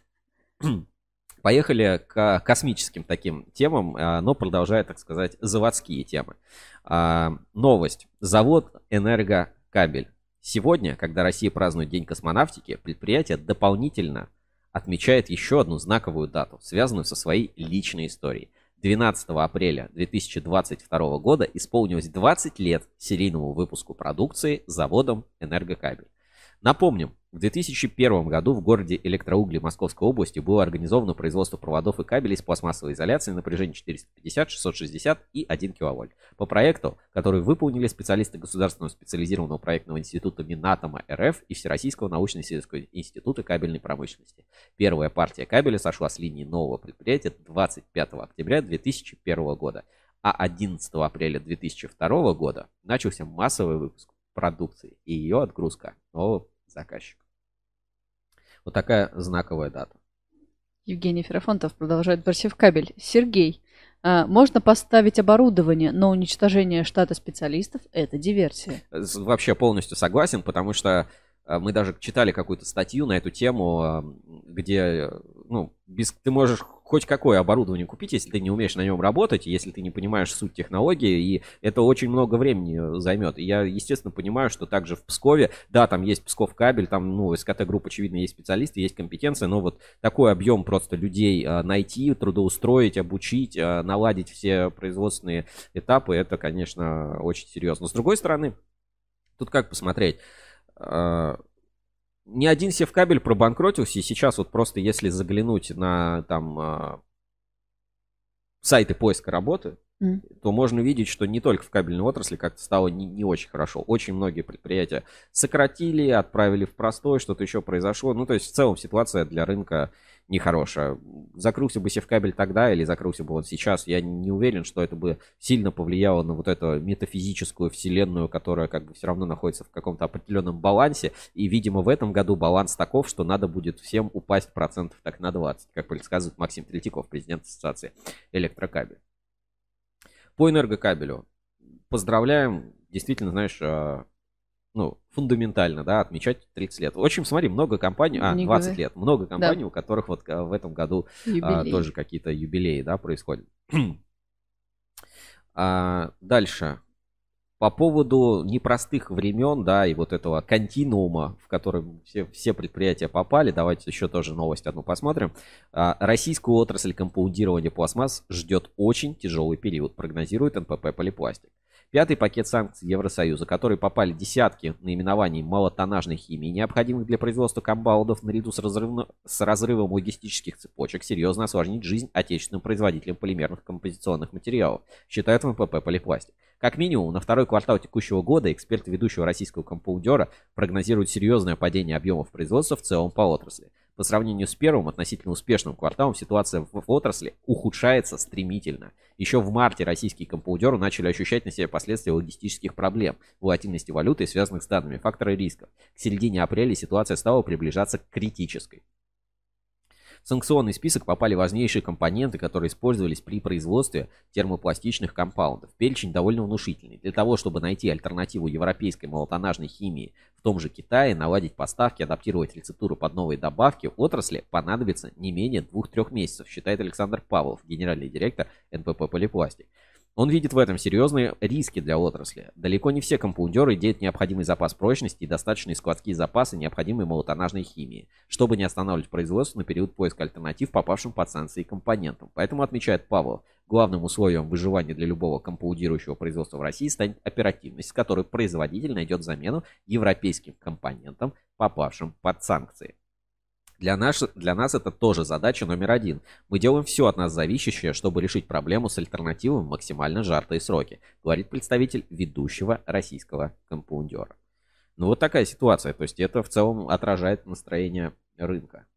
Поехали к космическим таким темам, но продолжая, так сказать, заводские темы. Новость. Завод «Энергокабель». Сегодня, когда Россия празднует День космонавтики, предприятие дополнительно отмечает еще одну знаковую дату, связанную со своей личной историей. 12 апреля 2022 года исполнилось 20 лет серийному выпуску продукции заводом «Энергокабель». Напомним, в 2001 году в городе Электроугли Московской области было организовано производство проводов и кабелей с пластмассовой изоляцией напряжением 450, 660 и 1 кВт. По проекту, который выполнили специалисты Государственного специализированного проектного института Минатома РФ и Всероссийского научно-исследовательского института кабельной промышленности. Первая партия кабеля сошла с линии нового предприятия 25 октября 2001 года, а 11 апреля 2002 года начался массовый выпуск продукции и ее отгрузка нового заказчика. Вот такая знаковая дата. Евгений Ферапонтов продолжает про севкабель. Сергей, можно поставить оборудование, но уничтожение штата специалистов – это диверсия. Вообще полностью согласен, потому что мы даже читали какую-то статью на эту тему, где ты можешь хоть какое оборудование купить, если ты не умеешь на нем работать, если ты не понимаешь суть технологии, и это очень много времени займет. И я, естественно, понимаю, что также в Пскове, да, там есть Псков кабель, там, СКТ-групп, очевидно, есть специалисты, есть компетенция, но вот такой объем просто людей найти, трудоустроить, обучить, наладить все производственные этапы, это, конечно, очень серьезно. Но с другой стороны, тут как посмотреть? Ни один севкабель пробанкротился, и сейчас вот просто если заглянуть на там сайты поиска работы, то можно видеть, что не только в кабельной отрасли как-то стало не очень хорошо. Очень многие предприятия сократили, отправили в простой, что-то еще произошло. То есть в целом ситуация для рынка нехорошая. Закрылся бы севкабель тогда или закрылся бы он сейчас, я не уверен, что это бы сильно повлияло на вот эту метафизическую вселенную, которая как бы все равно находится в каком-то определенном балансе. И, видимо, в этом году баланс таков, что надо будет всем упасть процентов так на 20, как предсказывает Максим Третьяков, президент Ассоциации электрокабель. По энергокабелю поздравляем, действительно, знаешь, фундаментально, да, отмечать 30 лет. В общем, смотри, много компаний, 20 лет, много компаний, да, у которых вот в этом году тоже какие-то юбилеи, да, происходят. Дальше. По поводу непростых времен, да, и вот этого континуума, в который все предприятия попали, давайте еще тоже новость одну посмотрим. Российскую отрасль компаундирования пластмасс ждет очень тяжелый период, прогнозирует НПП «Полипластик». Пятый пакет санкций Евросоюза, в который попали десятки наименований малотоннажной химии, необходимых для производства комбаундов, наряду с разрывом логистических цепочек, серьезно осложнит жизнь отечественным производителям полимерных композиционных материалов, считает НПП «Полипластик». Как минимум, на второй квартал текущего года эксперты ведущего российского компаундера прогнозируют серьезное падение объемов производства в целом по отрасли. По сравнению с первым, относительно успешным кварталом, ситуация в отрасли ухудшается стремительно. Еще в марте российские компаундеры начали ощущать на себе последствия логистических проблем, волатильности валюты и связанных с данными факторы рисков. К середине апреля ситуация стала приближаться к критической. В санкционный список попали важнейшие компоненты, которые использовались при производстве термопластичных компаундов. Перечень довольно внушительный. Для того, чтобы найти альтернативу европейской малотоннажной химии в том же Китае, наладить поставки, адаптировать рецептуру под новые добавки, отрасли понадобится не менее 2-3 месяцев, считает Александр Павлов, генеральный директор НПП «Полипластик». Он видит в этом серьезные риски для отрасли. Далеко не все компаундеры делят необходимый запас прочности и достаточные складские запасы необходимой малотоннажной химии, чтобы не останавливать производство на период поиска альтернатив попавшим под санкции компонентам. Поэтому, отмечает Павлов, главным условием выживания для любого компаундирующего производства в России станет оперативность, с которой производитель найдет замену европейским компонентам, попавшим под санкции. Для нас это тоже задача номер один. Мы делаем все от нас зависящее, чтобы решить проблему с альтернативой в максимально сжатые сроки, говорит представитель ведущего российского компаундера. Вот такая ситуация. То есть это в целом отражает настроение рынка.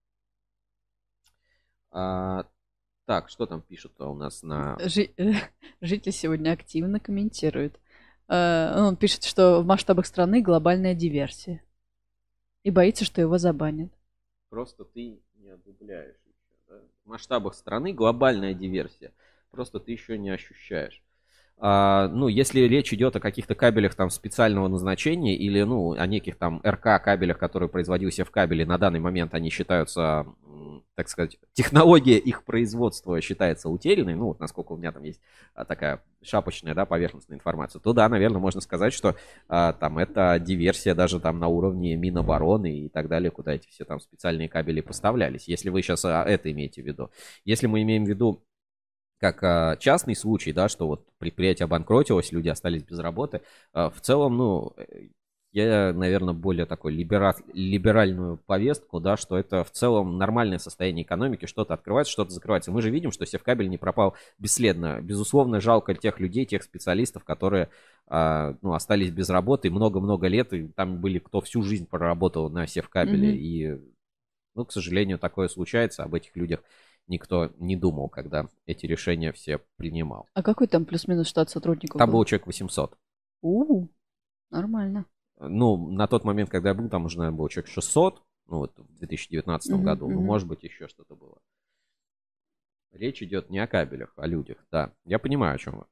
Так, что там пишут у нас на... Жители сегодня активно комментируют. Он пишет, что в масштабах страны глобальная диверсия. И боится, что его забанят. Просто ты не одобряешь еще. Да? В масштабах страны глобальная диверсия. Просто ты еще не ощущаешь. Если речь идет о каких-то кабелях там специального назначения или о неких там РК кабелях, которые производился в кабеле, на данный момент они считаются, так сказать, технология их производства считается утерянной, насколько у меня там есть такая шапочная, да, поверхностная информация, то да, наверное, можно сказать, что там это диверсия даже там на уровне Минобороны и так далее, куда эти все там специальные кабели поставлялись, если вы сейчас это имеете в виду. Если мы имеем в виду как частный случай, да, что вот предприятие обанкротилось, люди остались без работы, в целом, я, наверное, более такой либеральную повестку, да, что это в целом нормальное состояние экономики, что-то открывается, что-то закрывается. Мы же видим, что севкабель не пропал бесследно. Безусловно, жалко тех людей, тех специалистов, которые остались без работы много-много лет, и там были, кто всю жизнь проработал на севкабеле. И, к сожалению, такое случается, об этих людях никто не думал, когда эти решения все принимал. А какой там плюс-минус штат сотрудников? Там был человек 800. Нормально. На тот момент, когда я был, там уже, наверное, был человек 600. Ну, вот в 2019 году. Ну, может быть, еще что-то было. Речь идет не о кабелях, а о людях. Да, я понимаю, о чем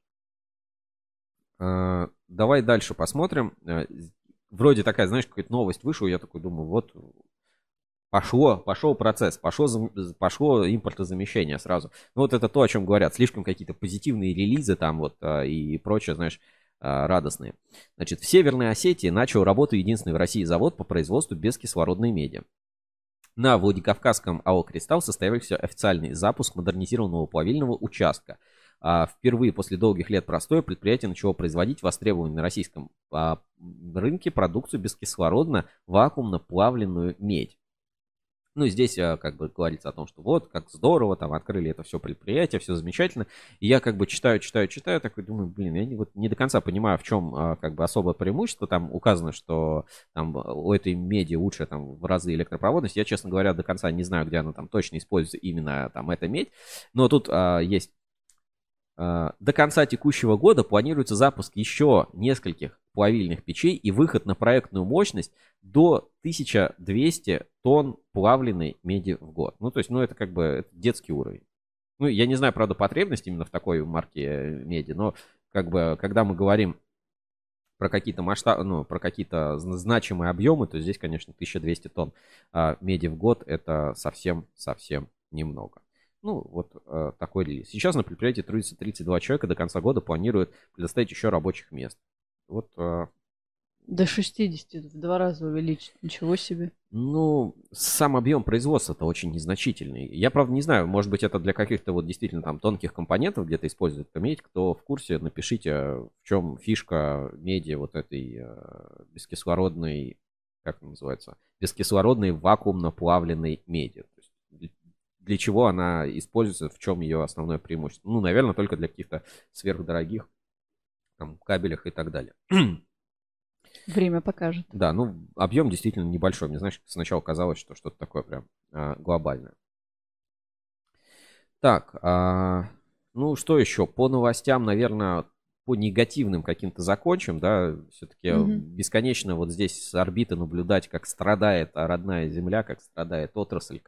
вы. Давай дальше посмотрим. Вроде такая, знаешь, какая-то новость вышла, я такой думаю, вот пошел процесс, пошло импортозамещение сразу. Ну, вот это то, о чем говорят. Слишком какие-то позитивные релизы там вот и прочее, знаешь, радостные. Значит, в Северной Осетии начал работу единственный в России завод по производству бескислородной меди. На Владикавказском АО «Кристалл» состоялся официальный запуск модернизированного плавильного участка. Впервые после долгих лет простоя предприятие начало производить востребованную на российском рынке продукцию бескислородно-вакуумно плавленную медь. Ну, здесь как бы говорится о том, что вот, как здорово, там открыли это все предприятие, все замечательно. И я как бы читаю, такой думаю, блин, я не до конца понимаю, в чем как бы особое преимущество. Там указано, что там у этой меди лучше там в разы электропроводность. Я, честно говоря, до конца не знаю, где она там точно используется, именно там эта медь. Но тут есть... До конца текущего года планируется запуск еще нескольких плавильных печей и выход на проектную мощность до 1200 тонн плавленной меди в год. Ну, то есть, ну, это как бы это детский уровень. Ну, я не знаю, правда, потребность именно в такой марке меди, но как бы, когда мы говорим про какие-то масштабы, ну, про какие-то значимые объемы, то здесь, конечно, 1200 тонн меди в год это совсем немного. Ну, вот такой релиз. Сейчас на предприятии трудится 32 человека. До конца года планируют предоставить еще рабочих мест. Вот. До 60 в 2 раза увеличить. Ничего себе. Ну, сам объем производства-то очень незначительный. Я, правда, не знаю, может быть, это для каких-то вот действительно там тонких компонентов где-то используют медь. Кто в курсе, напишите, в чем фишка меди вот этой бескислородной, как она называется, бескислородной вакуумно-плавленной меди. Для чего она используется, в чем ее основное преимущество. Ну, наверное, только для каких-то сверхдорогих там, кабелях и так далее. Время покажет. Да, ну, объем действительно небольшой. Мне, знаешь, сначала казалось, что что-то такое прям глобальное. Так, ну, что еще? По новостям, наверное, по негативным каким-то закончим, да, все-таки бесконечно вот здесь с орбиты наблюдать, как страдает родная Земля, как страдает отрасль,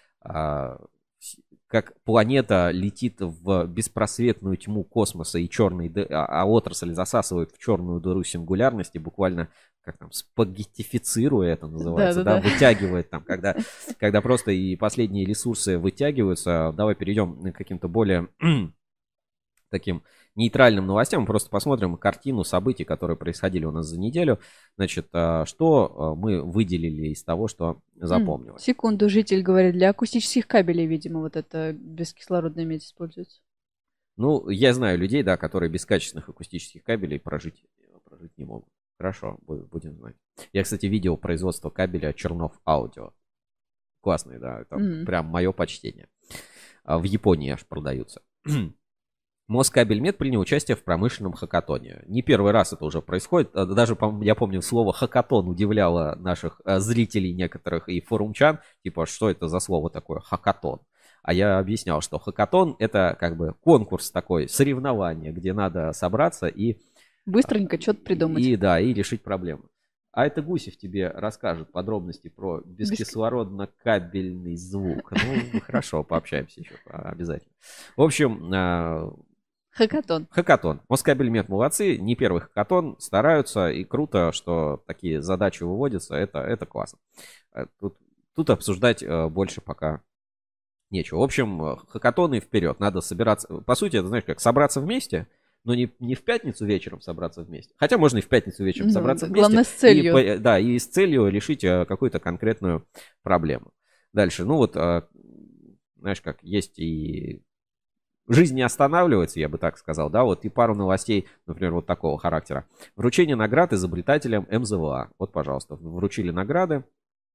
как планета летит в беспросветную тьму космоса и черной а отрасль засасывает в черную дыру сингулярности, буквально как там спагеттифицируя это называется, да, вытягивает там, когда просто и последние ресурсы вытягиваются. Давай перейдем к каким-то более таким нейтральным новостям. Просто посмотрим картину событий, которые происходили у нас за неделю. Значит, что мы выделили из того, что запомнилось. Секунду, житель говорит, для акустических кабелей, видимо, вот это бескислородная медь используется. Ну, я знаю людей, да, которые без качественных акустических кабелей прожить не могут. Хорошо, будем знать. Я, кстати, видел производство кабеля Чернов Аудио. Классный, да, это прям мое почтение. В Японии аж продаются. Москабельмет принял участие в промышленном хакатоне. Не первый раз это уже происходит. Даже, я помню, слово хакатон удивляло наших зрителей некоторых и форумчан. Типа, что это за слово такое хакатон? А я объяснял, что хакатон это как бы конкурс такой, соревнование, где надо собраться и... Быстренько что-то придумать. И решить проблему. А это Гусев тебе расскажет подробности про бескислородно-кабельный звук. Ну, хорошо, пообщаемся еще обязательно. В общем... Хакатон. Москабельмет молодцы, не первый хакатон, стараются, и круто, что такие задачи выводятся, это классно. Тут обсуждать больше пока нечего. В общем, хакатоны вперед, надо собираться. По сути, это, знаешь, как собраться вместе, но не в пятницу вечером собраться вместе. Хотя можно и в пятницу вечером собраться вместе. Главное, с целью. И с целью решить какую-то конкретную проблему. Дальше, ну вот, знаешь, как есть и... Жизнь не останавливается, я бы так сказал, да, вот и пару новостей, например, вот такого характера. Вручение наград изобретателям МЗВА. Вот, пожалуйста, вручили награды,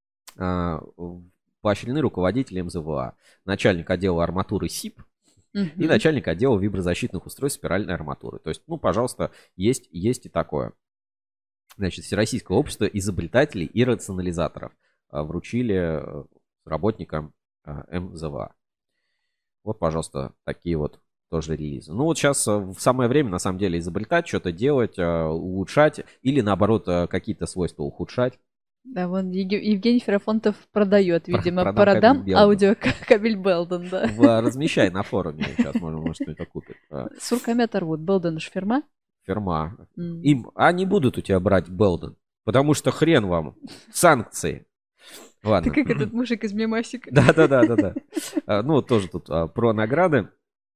поощрены руководители МЗВА. Начальник отдела арматуры СИП и начальник отдела виброзащитных устройств спиральной арматуры. То есть, ну, пожалуйста, есть и такое. Значит, Всероссийское общество изобретателей и рационализаторов вручили работникам МЗВА. Вот, пожалуйста, такие вот тоже релизы. Ну вот сейчас самое время, на самом деле, изобретать, что-то делать, улучшать или, наоборот, какие-то свойства ухудшать. Да, вон Евгений Ферапонтов продает, видимо, продам аудиокабель Белден, да. Размещай на форуме, сейчас, может, кто-то купит. Сурками оторвут. Белден же фирма? Фирма. Они будут у тебя брать Белден, потому что хрен вам. Санкции. Ладно. Ты как этот мужик из мемасика. Да. Ну, тоже тут про награды.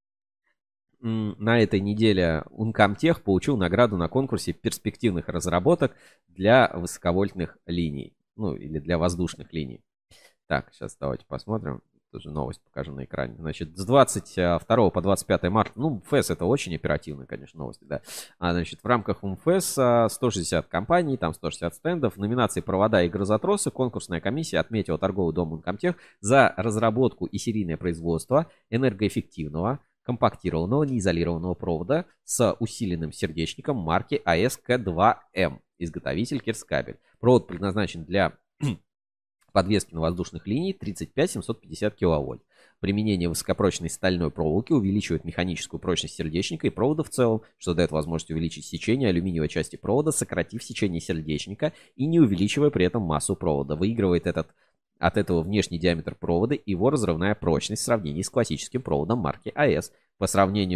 На этой неделе Uncomtech получил награду на конкурсе перспективных разработок для высоковольтных линий. Ну, или для воздушных линий. Так, сейчас давайте посмотрим. Тоже новость покажу на экране. Значит, с 22 по 25 марта, ну, ФЭС это очень оперативные, конечно, новости, да. Значит, в рамках ФЭС 160 компаний, там 160 стендов, в номинации «Провода и грозотросы» конкурсная комиссия отметила торговый дом Uncomtech за разработку и серийное производство энергоэффективного, компактированного, неизолированного провода с усиленным сердечником марки ASK2M, изготовитель Кирскабель. Провод предназначен для подвески на воздушных линий 35-750 кВт. Применение высокопрочной стальной проволоки увеличивает механическую прочность сердечника и провода в целом, что дает возможность увеличить сечение алюминиевой части провода, сократив сечение сердечника и не увеличивая при этом массу провода. Выигрывает от этого внешний диаметр провода и его разрывная прочность в сравнении с классическим проводом марки АЭС. По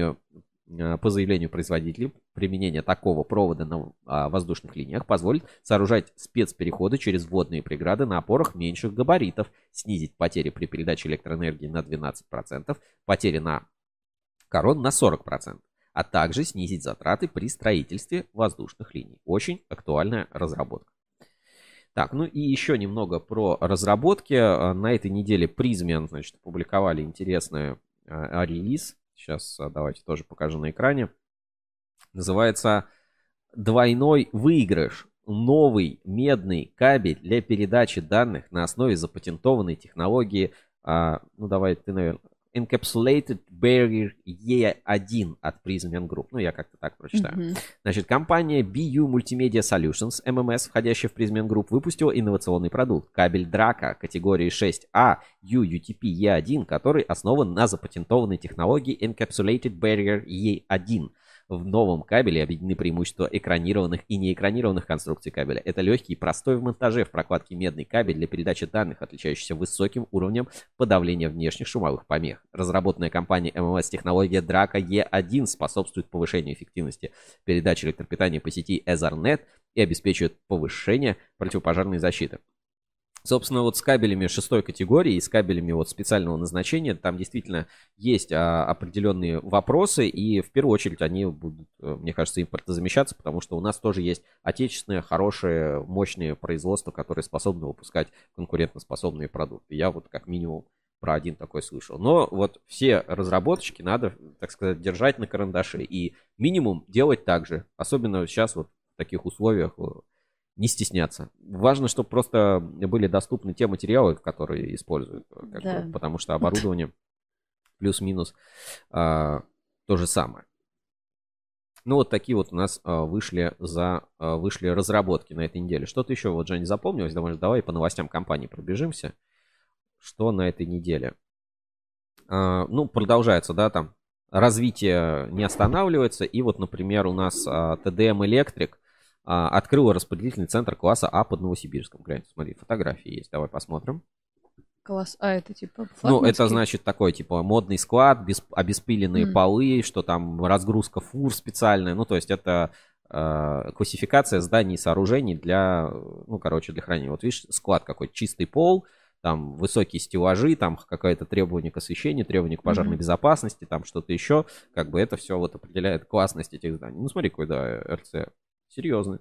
заявлению производителей, применение такого провода на воздушных линиях позволит сооружать спецпереходы через водные преграды на опорах меньших габаритов, снизить потери при передаче электроэнергии на 12%, потери на корон на 40%, а также снизить затраты при строительстве воздушных линий. Очень актуальная разработка. Так, ну и еще немного про разработки. На этой неделе Prysmian, значит, опубликовали интересный релиз. Сейчас давайте тоже покажу на экране. Называется «Двойной выигрыш. Новый медный кабель для передачи данных на основе запатентованной технологии». Ну, давай ты, наверное... Encapsulated Barrier E1 от Prysmian Group. Ну, я как-то так прочитаю. Значит, компания BU Multimedia Solutions, MMS, входящая в Prysmian Group, выпустила инновационный продукт. Кабель Draco категории 6A UTP E1, который основан на запатентованной технологии Encapsulated Barrier E1. В новом кабеле объединены преимущества экранированных и неэкранированных конструкций кабеля. Это легкий и простой в монтаже в прокладке медный кабель для передачи данных, отличающийся высоким уровнем подавления внешних шумовых помех. Разработанная компанией MMS технология Draco E1 способствует повышению эффективности передачи электропитания по сети Ethernet и обеспечивает повышение противопожарной защиты. Собственно, вот с кабелями 6 категории и с кабелями вот специального назначения там действительно есть определенные вопросы, и в первую очередь они будут, мне кажется, импортозамещаться, потому что у нас тоже есть отечественные, хорошие, мощные производства, которые способны выпускать конкурентоспособные продукты. Я вот как минимум про один такой слышал. Но вот все разработчики надо, так сказать, держать на карандаше и минимум делать так же, особенно сейчас вот в таких условиях. Не стесняться. Важно, чтобы просто были доступны те материалы, которые используют. Потому что оборудование плюс-минус то же самое. Ну, вот такие вот у нас вышли разработки на этой неделе. Что-то еще, вот, Женя, запомнилось? Давай по новостям компании пробежимся. Что на этой неделе? Ну, продолжается, да, там развитие не останавливается. И вот, например, у нас TDM Electric открыла распределительный центр класса А под Новосибирском. Глянь, смотри, фотографии есть. Давай посмотрим. Класс А это типа флагманский? Ну, это значит такой, типа, модный склад, обеспиленные полы, что там разгрузка фур специальная. Ну, то есть это классификация зданий и сооружений для, ну, короче, для хранения. Вот видишь, склад какой-то, чистый пол, там высокие стеллажи, там какое-то требование к освещению, требование к пожарной безопасности, там что-то еще. Как бы это все вот определяет классность этих зданий. Ну, смотри, какой, да, РЦ. Серьезно.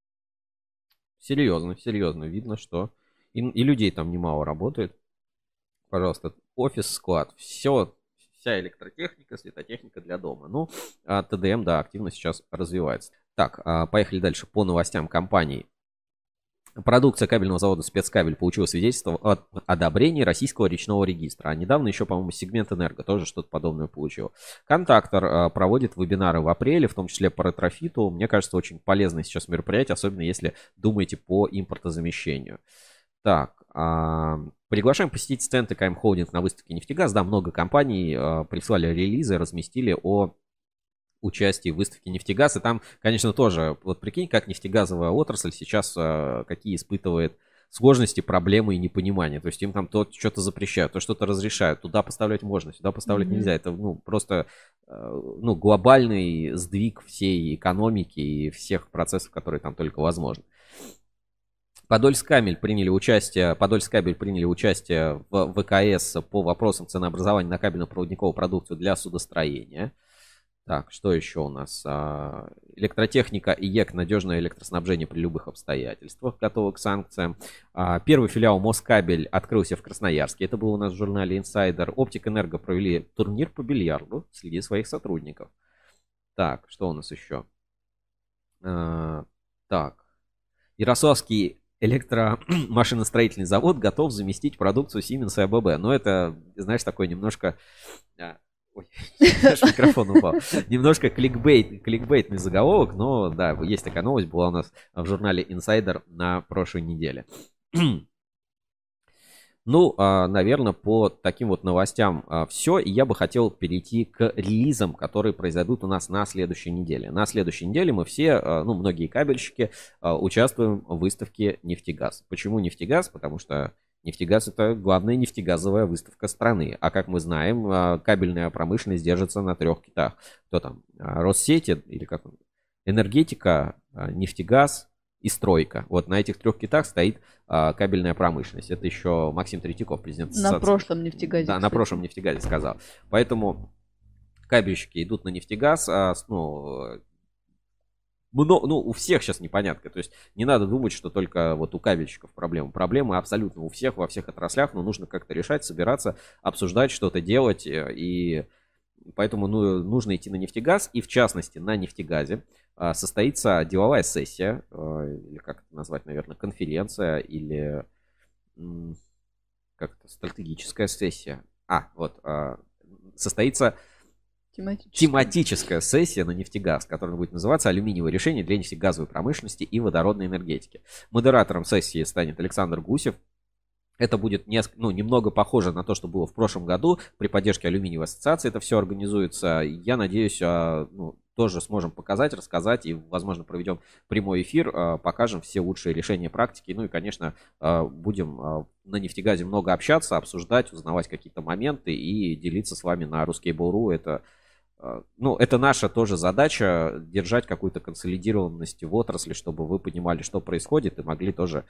Серьезно. Видно, что и людей там немало работает. Пожалуйста, офис, склад. Вся электротехника, светотехника для дома. Ну, ТДМ, да, активно сейчас развивается. Так, поехали дальше по новостям компаний. Продукция кабельного завода «Спецкабель» получила свидетельство о одобрении российского речного регистра. А недавно еще, по-моему, сегмент «Энерго» тоже что-то подобное получил. «Контактор» проводит вебинары в апреле, в том числе по ретрофиту. Мне кажется, очень полезное сейчас мероприятие, особенно если думаете по импортозамещению. Так, приглашаем посетить стенд КМ Холдинг на выставке «Нефтегаз». Да, много компаний прислали релизы, разместили о участии в выставке «Нефтегаз». И там, конечно, тоже, вот прикинь, как нефтегазовая отрасль сейчас какие испытывает сложности, проблемы и непонимания. То есть им там то что-то запрещают, то что-то разрешают. Туда поставлять можно, сюда поставлять нельзя. Это просто глобальный сдвиг всей экономики и всех процессов, которые там только возможны. Подольскабель приняли участие в ВКС по вопросам ценообразования на кабельно-проводниковую продукцию для судостроения. Так, что еще у нас? Электротехника и ЕК, надежное электроснабжение при любых обстоятельствах, готовы к санкциям. Первый филиал Москабель открылся в Красноярске. Это было у нас в журнале Insider. Оптик-Энерго провели турнир по бильярду среди своих сотрудников. Так, что у нас еще? Так, Ярославский электромашиностроительный завод готов заместить продукцию Siemens и АББ. Но это, знаешь, такой немножко... Ой, микрофон упал. Немножко кликбейтный заголовок, но да, есть такая новость, была у нас в журнале Insider на прошлой неделе. Ну, наверное, по таким вот новостям все. И я бы хотел перейти к релизам, которые произойдут у нас на следующей неделе. На следующей неделе мы все, многие кабельщики, участвуем в выставке «Нефтегаз». Почему «Нефтегаз»? Потому что «Нефтегаз» — это главная нефтегазовая выставка страны. А как мы знаем, кабельная промышленность держится на 3 китах. Кто там? Россети, или как он? Энергетика, нефтегаз и стройка. Вот на этих 3 китах стоит кабельная промышленность. Это еще Максим Третьяков, президент ассоциации. На прошлом «Нефтегазе». Да, на прошлом «Нефтегазе» сказал. Поэтому кабельщики идут на «Нефтегаз». У всех сейчас непонятка. То есть не надо думать, что только вот у кабельщиков проблемы. Проблемы абсолютно у всех, во всех отраслях. Но нужно как-то решать, собираться, обсуждать, что-то делать. И поэтому нужно идти на «Нефтегаз». И в частности на «Нефтегазе» состоится деловая сессия. Или как это назвать, наверное, конференция. Или как-то стратегическая сессия. Состоится... Тематическая сессия на «Нефтегаз», которая будет называться «Алюминиевые решения для нефтегазовой промышленности и водородной энергетики». Модератором сессии станет Александр Гусев. Это будет немного похоже на то, что было в прошлом году. При поддержке Алюминиевой ассоциации это все организуется. Я надеюсь, тоже сможем показать, рассказать и, возможно, проведем прямой эфир, покажем все лучшие решения практики. Ну и, конечно, будем на «Нефтегазе» много общаться, обсуждать, узнавать какие-то моменты и делиться с вами на Ruscable.ru. Это наша тоже задача, держать какую-то консолидированность в отрасли, чтобы вы понимали, что происходит, и могли тоже,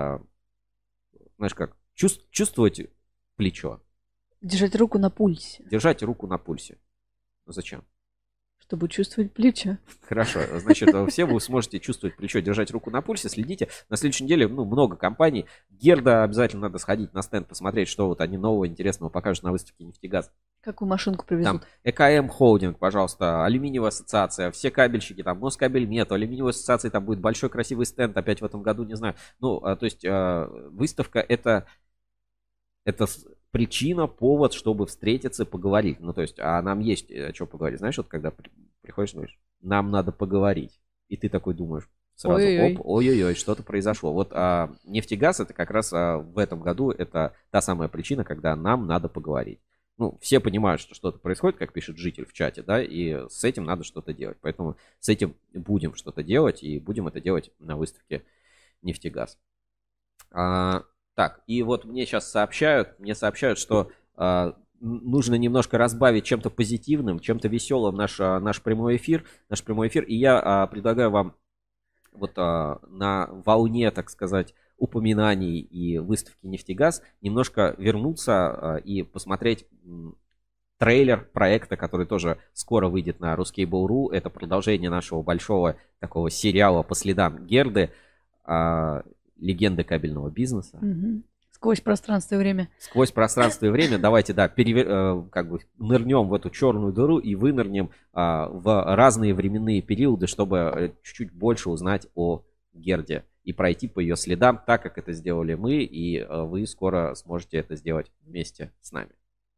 чувствовать плечо. Держать руку на пульсе. Держать руку на пульсе. Зачем? Чтобы чувствовать плечо. Хорошо, значит, все вы сможете чувствовать плечо, держать руку на пульсе, следите. На следующей неделе, много компаний. Герда обязательно надо сходить на стенд, посмотреть, что вот они нового интересного покажут на выставке «Нефтегаз». Какую машинку привезут? Там ЭКМ Холдинг, пожалуйста, Алюминиевая ассоциация, все кабельщики, там Москабельмет, Алюминиевой ассоциации, там будет большой красивый стенд опять в этом году, не знаю. То есть выставка это причина, повод, чтобы встретиться, поговорить. То есть, нам есть о чем поговорить. Знаешь, вот когда приходишь, говоришь, нам надо поговорить. И ты такой думаешь, сразу, ой-ой-ой, что-то произошло. Вот «Нефтегаз» это как раз в этом году, это та самая причина, когда нам надо поговорить. Все понимают, что что-то происходит, как пишет житель в чате, да, и с этим надо что-то делать. Поэтому с этим будем что-то делать, и будем это делать на выставке «Нефтегаз». Так, и вот мне сейчас сообщают, что нужно немножко разбавить чем-то позитивным, чем-то веселым наш прямой эфир. И я предлагаю вам вот на волне, так сказать, упоминаний и выставки «Нефтегаз» немножко вернуться и посмотреть трейлер проекта, который тоже скоро выйдет на Ruscable.ru. Это продолжение нашего большого такого сериала по следам Герды, легенды кабельного бизнеса. Угу. Сквозь пространство и время. Сквозь пространство и время. Давайте, нырнем в эту черную дыру и вынырнем в разные временные периоды, чтобы чуть-чуть больше узнать о Герде и пройти по ее следам, так как это сделали мы, и вы скоро сможете это сделать вместе с нами.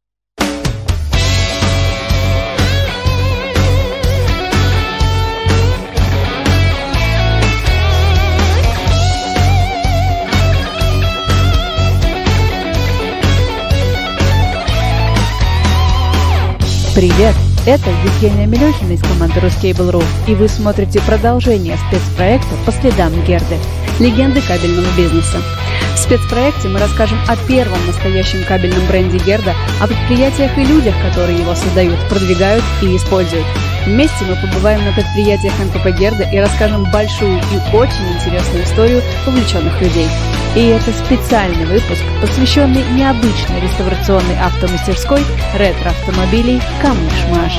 Привет! Это Евгения Мелехина из команды Ruscable.ru, и вы смотрите продолжение спецпроекта «По следам Герды. Легенды кабельного бизнеса». В спецпроекте мы расскажем о первом настоящем кабельном бренде Герда, о предприятиях и людях, которые его создают, продвигают и используют. Вместе мы побываем на предприятиях НПП Герда и расскажем большую и очень интересную историю вовлеченных людей. И это специальный выпуск, посвященный необычной реставрационной автомастерской ретро-автомобилей «Камыш-Маш».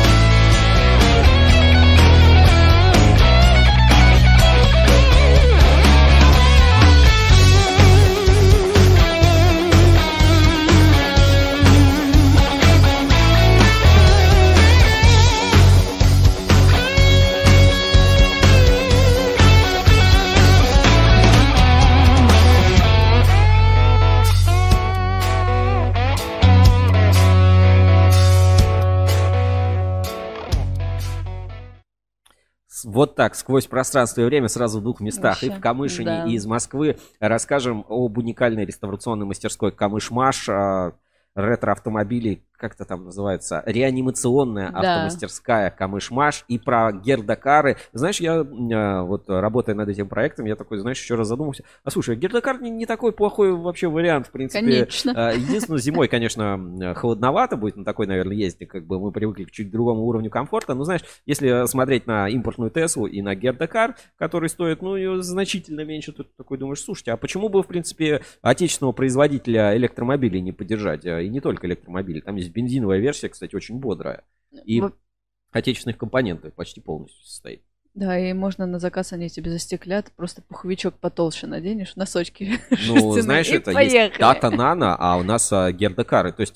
Вот так, сквозь пространство и время, сразу в двух местах. Вообще, и в Камышине, да, и из Москвы. Расскажем об уникальной реставрационной мастерской «Камыш-Маш», ретро-автомобилей, как это там называется, реанимационная автомастерская «Камыш-Маш», и про Гердакары. Знаешь, я вот работая над этим проектом, я такой, знаешь, еще раз задумался. А слушай, Гердакар не такой плохой вообще вариант, в принципе. Конечно. Единственное, зимой, конечно, холодновато будет на такой, наверное, ездить, как бы мы привыкли к чуть другому уровню комфорта. Но, знаешь, если смотреть на импортную Теслу и на Гердакар, который стоит, ну, ее значительно меньше, то ты такой думаешь, слушайте, а почему бы, в принципе, отечественного производителя электромобилей не поддержать? И не только электромобили. Там есть бензиновая версия, кстати, очень бодрая. И отечественных компонентов почти полностью состоит. Да, и можно на заказ они тебе застеклят, просто пуховичок потолще наденешь, носочки. Ну, знаешь, это есть Тата Нано, а у нас Гердакары. То есть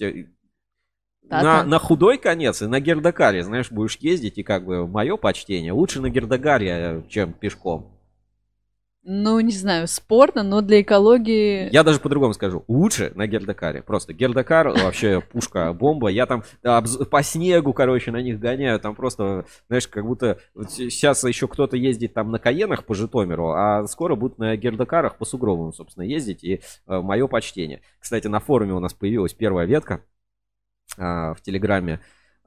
на худой конец и на Гердакаре, знаешь, будешь ездить, и как бы мое почтение, лучше на Гердакаре, чем пешком. Ну, не знаю, спорно, но для экологии... Я даже по-другому скажу. Лучше на Гердакаре. Просто Гердакар вообще пушка, бомба. Я там по снегу, короче, на них гоняю. Там просто, знаешь, как будто... Сейчас еще кто-то ездит там на Каенах по Житомиру, а скоро будут на Гердакарах по сугробам, собственно, ездить. И мое почтение. Кстати, на форуме у нас появилась первая ветка в Телеграме.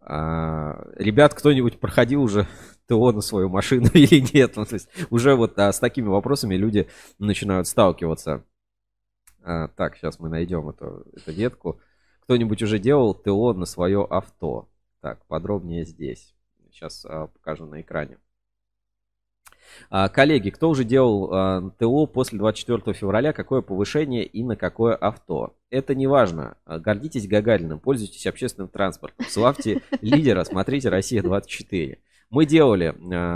Ребят, кто-нибудь проходил уже ТО на свою машину или нет? Ну, то есть уже вот с такими вопросами люди начинают сталкиваться. Так, сейчас мы найдем эту ветку. Кто-нибудь уже делал ТО на свое авто? Так, подробнее здесь. Сейчас покажу на экране. Коллеги, кто уже делал ТО после 24 февраля, какое повышение и на какое авто? Это не важно. Гордитесь Гагариным, пользуйтесь общественным транспортом. Славьте лидера, смотрите «Россия-24». Мы делали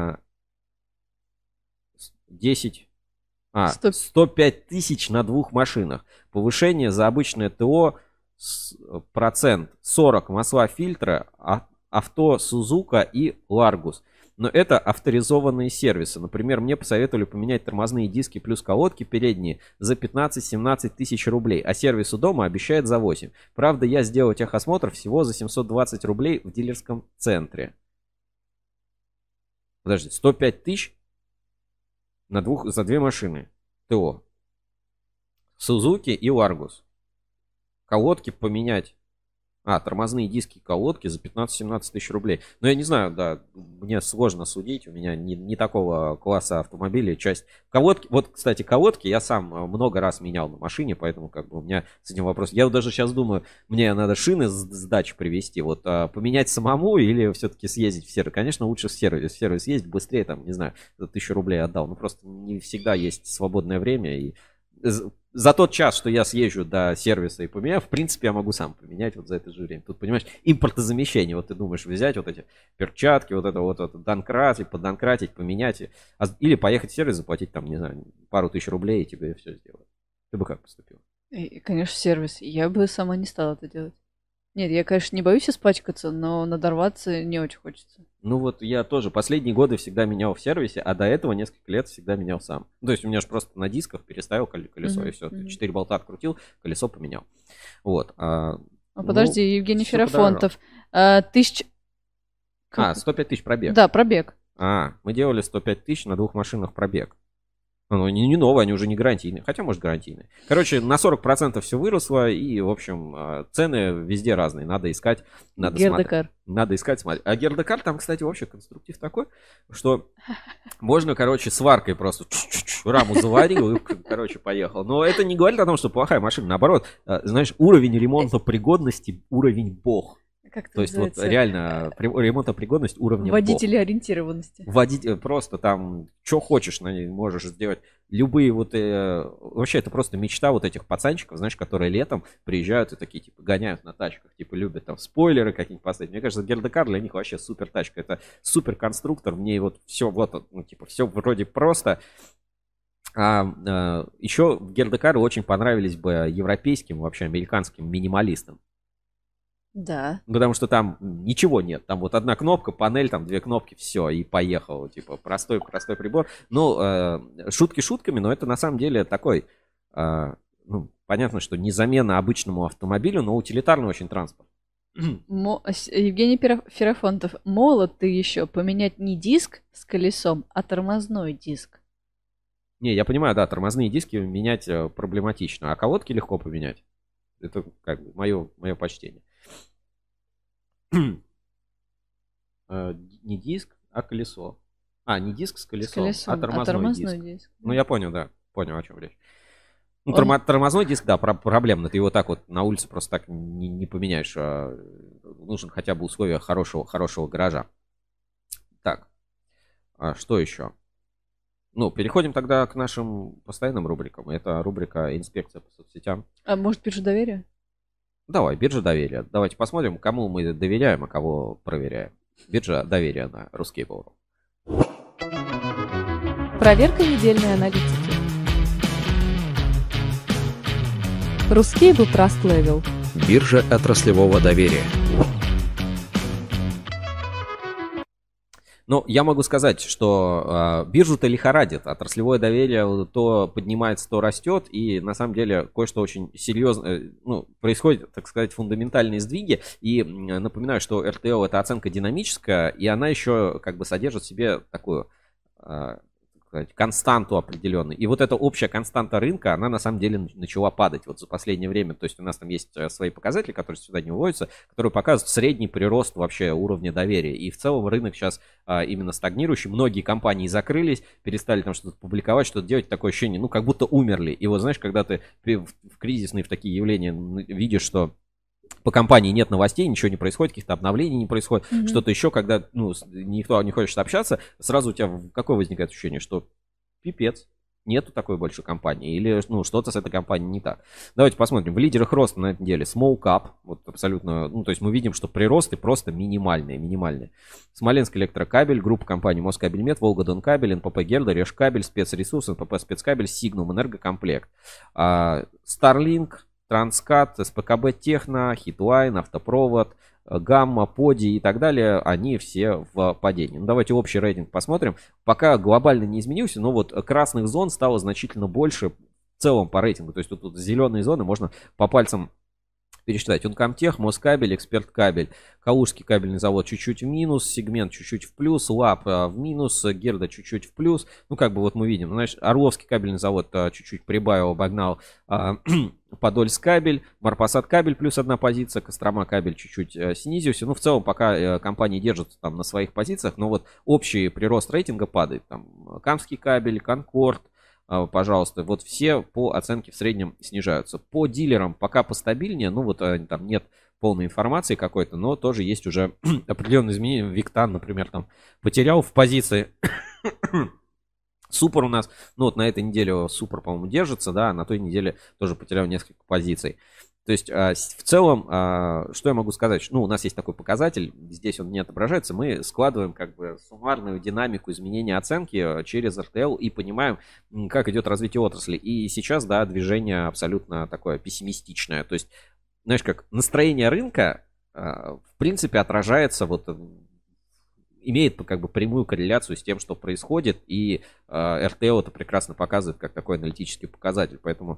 105 тысяч на двух машинах. Повышение за обычное ТО процент 40 масла фильтра, авто Сузука и Ларгус. Но это авторизованные сервисы. Например, мне посоветовали поменять тормозные диски плюс колодки передние за 15-17 тысяч рублей, а сервис у дома обещает за 8. Правда, я сделал техосмотр всего за 720 рублей в дилерском центре. Подожди, 105 тысяч за две машины ТО. Сузуки и Ларгус. Колодки поменять. Тормозные диски и колодки за 15-17 тысяч рублей. Но я не знаю, да, мне сложно судить. У меня не такого класса автомобилей. Часть колодки. Вот, кстати, колодки я сам много раз менял на машине, поэтому как бы у меня с этим вопрос. Я вот даже сейчас думаю, мне надо шины с дачи привезти. Вот поменять самому или все-таки съездить в сервис? Конечно, лучше в сервис съездить быстрее, там, не знаю, за 1000 рублей отдал. Но просто не всегда есть свободное время. И за тот час, что я съезжу до сервиса и поменяю, в принципе, я могу сам поменять вот за это же время. Тут, понимаешь, импортозамещение. Вот ты думаешь взять вот эти перчатки, вот это донкратить, поддонкратить, поменять. Или поехать в сервис, заплатить там, не знаю, пару тысяч рублей, и тебе все сделают. Ты бы как поступил? Конечно, сервис. Я бы сама не стала это делать. Нет, я, конечно, не боюсь испачкаться, но надорваться не очень хочется. Ну вот я тоже последние годы всегда менял в сервисе, а до этого несколько лет всегда менял сам. То есть у меня же просто на дисках переставил колесо, и все. 4 болта открутил, колесо поменял. Вот. Подожди, Евгений Ферафонтов. 105 тысяч пробег. Да, пробег. Мы делали 105 тысяч на двух машинах пробег. Ну, не новые, они уже не гарантийные. Хотя, может, гарантийные. Короче, на 40% все выросло. И, в общем, цены везде разные. Надо искать. Надо искать, смотреть. А Гердекар там, кстати, вообще конструктив такой, что можно, короче, сваркой просто раму заварил и, короче, поехал. Но это не говорит о том, что плохая машина. Наоборот, знаешь, уровень ремонтопригодности, уровень бог. То есть вот реально ремонтопригодность уровня водителеориентированности. Просто там что хочешь на ней можешь сделать. Любые вот... вообще это просто мечта вот этих пацанчиков, знаешь, которые летом приезжают и такие, типа, гоняют на тачках. Типа, любят там спойлеры какие-нибудь поставить. Мне кажется, Гердекар для них вообще супер тачка. Это супер конструктор. В ней вот все вот, ну, типа, все вроде просто... еще Гердекары очень понравились бы европейским, вообще американским минималистам. Да. Потому что там ничего нет. Там вот одна кнопка, панель, там две кнопки, все, и поехал. Типа простой прибор. Ну, шутки шутками, но это на самом деле такой, ну, понятно, что не замена обычному автомобилю, но утилитарный очень транспорт. Евгений Ферафонтов. Молод ты еще. Поменять не диск с колесом, а тормозной диск. Не, я понимаю, да, тормозные диски менять проблематично, а колодки легко поменять. Это как бы мое почтение. Не диск, а колесо. Не диск с колесом, а тормозной диск. Ну, я понял, да. Понял, о чем речь. Ну, тормозной диск, да, проблемно. Ты его так вот на улице просто так не поменяешь. Нужен хотя бы условия хорошего гаража. Так, что еще? Ну, переходим тогда к нашим постоянным рубрикам. Это рубрика «Инспекция по соцсетям». А может, биржа доверия? Давай, биржа доверия. Давайте посмотрим, кому мы доверяем, а кого проверяем. Биржа доверия на Ruscable. Проверка недельной аналитики. Ruscable Trust Level. Биржа отраслевого доверия. Ну, я могу сказать, что биржу-то лихорадит. Отраслевое доверие то поднимается, то растет. И на самом деле кое-что очень серьезно, ну, происходит, так сказать, фундаментальные сдвиги. И напоминаю, что РТЛ — это оценка динамическая, и она еще как бы содержит в себе такую константу определенную. И вот эта общая константа рынка, она на самом деле начала падать вот за последнее время. То есть у нас там есть свои показатели, которые сюда не выводятся, которые показывают средний прирост вообще уровня доверия. И в целом рынок сейчас именно стагнирующий. Многие компании закрылись, перестали там что-то публиковать, что-то делать. Такое ощущение, ну, как будто умерли. И вот знаешь, когда ты в кризисные в такие явления видишь, что по компании нет новостей, ничего не происходит, каких-то обновлений не происходит, что-то еще, когда, ну, никто не хочет общаться, сразу у тебя какое возникает ощущение, что пипец, нету такой большой компании, или, ну, что-то с этой компанией не так. Давайте посмотрим. В лидерах роста на этой неделе Small Cap, вот абсолютно, ну, то есть мы видим, что приросты просто минимальные. Смоленский электрокабель, группа компаний Москабельмет, Волгодонкабель, НПП Герда, Решкабель, Спецресурс, НПП Спецкабель, Сигнум, Энергокомплект, Starlink, Транскат, СПКБ Техно, Хитлайн, Автопровод, Гамма, Поди и так далее, они все в падении. Ну, давайте общий рейтинг посмотрим. Пока глобально не изменился, но вот красных зон стало значительно больше в целом по рейтингу. То есть тут зеленые зоны можно по пальцам пересчитать. Ункомтех, Москабель, Эксперткабель, Калужский кабельный завод чуть-чуть в минус, Сегмент чуть-чуть в плюс, Лап в минус, Герда чуть-чуть в плюс. Ну, как бы вот мы видим, значит, Орловский кабельный завод чуть-чуть прибавил, обогнал Подольскабель, Марпасад кабель плюс одна позиция, Кострома кабель чуть-чуть снизился. Ну, в целом, пока компании держатся там на своих позициях, но вот общий прирост рейтинга падает. Там Камский кабель, Конкорд, пожалуйста, вот все по оценке в среднем снижаются. По дилерам пока постабильнее, ну вот там нет полной информации какой-то, но тоже есть уже определенные изменения. Виктан, например, там потерял в позиции. Супер у нас, ну вот на этой неделе Супер, по-моему, держится, да, а на той неделе тоже потерял несколько позиций. То есть в целом, что я могу сказать? Ну, у нас есть такой показатель, здесь он не отображается, мы складываем как бы суммарную динамику изменения оценки через РТЛ и понимаем, как идет развитие отрасли. И сейчас, да, движение абсолютно такое пессимистичное. То есть, знаешь, как настроение рынка, в принципе, отражается вот... имеет как бы прямую корреляцию с тем, что происходит, и РТЛ это прекрасно показывает как такой аналитический показатель, поэтому,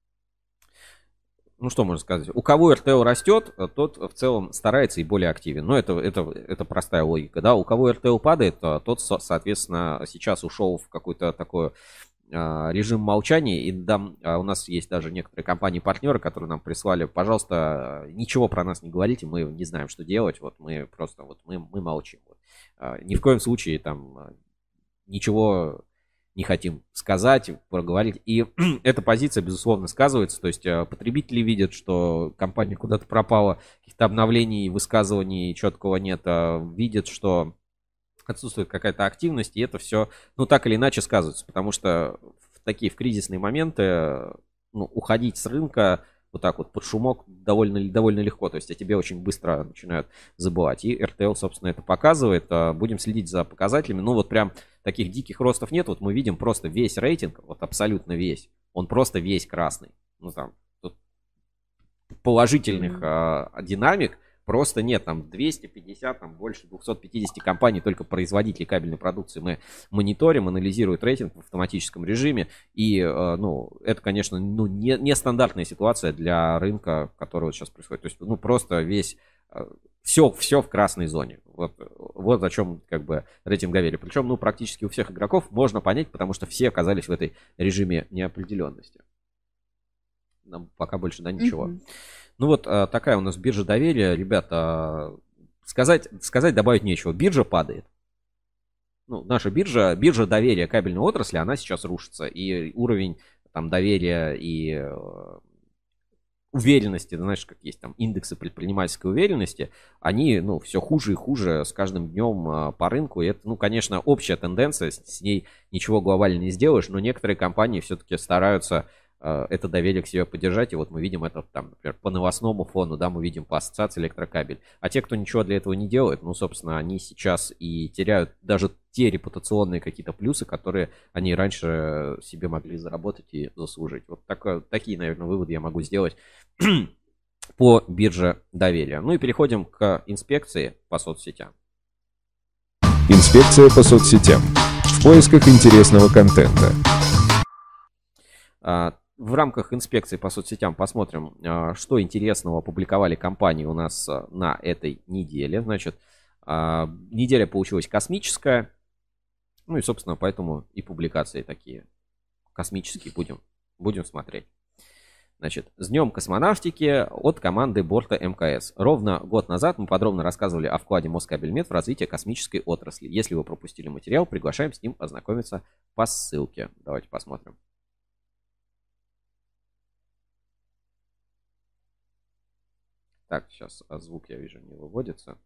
ну что можно сказать, у кого РТЛ растет, тот в целом старается и более активен, но это простая логика, да, у кого РТЛ падает, тот, соответственно, сейчас ушел в какую-то такую режим молчания, и у нас есть даже некоторые компании-партнеры, которые нам прислали, пожалуйста, ничего про нас не говорите, мы не знаем, что делать, вот мы просто, вот мы молчим. Вот. Ни в коем случае там ничего не хотим сказать, проговорить. И эта позиция, безусловно, сказывается. То есть потребители видят, что компания куда-то пропала, каких-то обновлений, высказываний четкого нет. Видят, что отсутствует какая-то активность, и это все, ну, так или иначе сказывается. Потому что в кризисные моменты, ну, уходить с рынка вот так вот под шумок довольно легко. То есть о тебе очень быстро начинают забывать. И RTL, собственно, это показывает. Будем следить за показателями. Ну, вот прям таких диких ростов нет. Вот мы видим просто весь рейтинг, вот абсолютно весь. Он просто весь красный. Ну, там тут положительных динамик просто нет. Там 250, там больше 250 компаний, только производителей кабельной продукции мы мониторим, анализируют рейтинг в автоматическом режиме. И, ну, это, конечно, ну, не стандартная ситуация для рынка, который вот сейчас происходит. То есть, ну, просто весь... Все в красной зоне. Вот о чем как бы рейтинг доверия. Причем, ну, практически у всех игроков можно понять, потому что все оказались в этой режиме неопределенности. Нам пока больше, да, ничего. Ну вот такая у нас биржа доверия. Ребята, сказать добавить нечего. Биржа падает. Ну, наша биржа доверия кабельной отрасли, она сейчас рушится. И уровень там доверия и уверенности, знаешь, как есть там индексы предпринимательской уверенности, они, ну, все хуже и хуже с каждым днем по рынку. И это, ну, конечно, общая тенденция, с ней ничего глобально не сделаешь, но некоторые компании все-таки стараются это доверие к себе поддержать. И вот мы видим это там, например, по новостному фону, да, мы видим по ассоциации электрокабель. А те, кто ничего для этого не делает, ну, собственно, они сейчас и теряют даже те репутационные какие-то плюсы, которые они раньше себе могли заработать и заслужить. Вот такие, наверное, выводы я могу сделать по бирже доверия. Ну и переходим к инспекции по соцсетям. Инспекция по соцсетям. В поисках интересного контента. В рамках инспекции по соцсетям посмотрим, что интересного опубликовали компании у нас на этой неделе. Значит, неделя получилась космическая. Ну и, собственно, поэтому и публикации такие космические будем смотреть. Значит, с Днем космонавтики от команды борта МКС. Ровно год назад мы подробно рассказывали о вкладе Москабельмет в развитие космической отрасли. Если вы пропустили материал, приглашаем с ним ознакомиться по ссылке. Давайте посмотрим. Так, сейчас звук, я вижу, не выводится.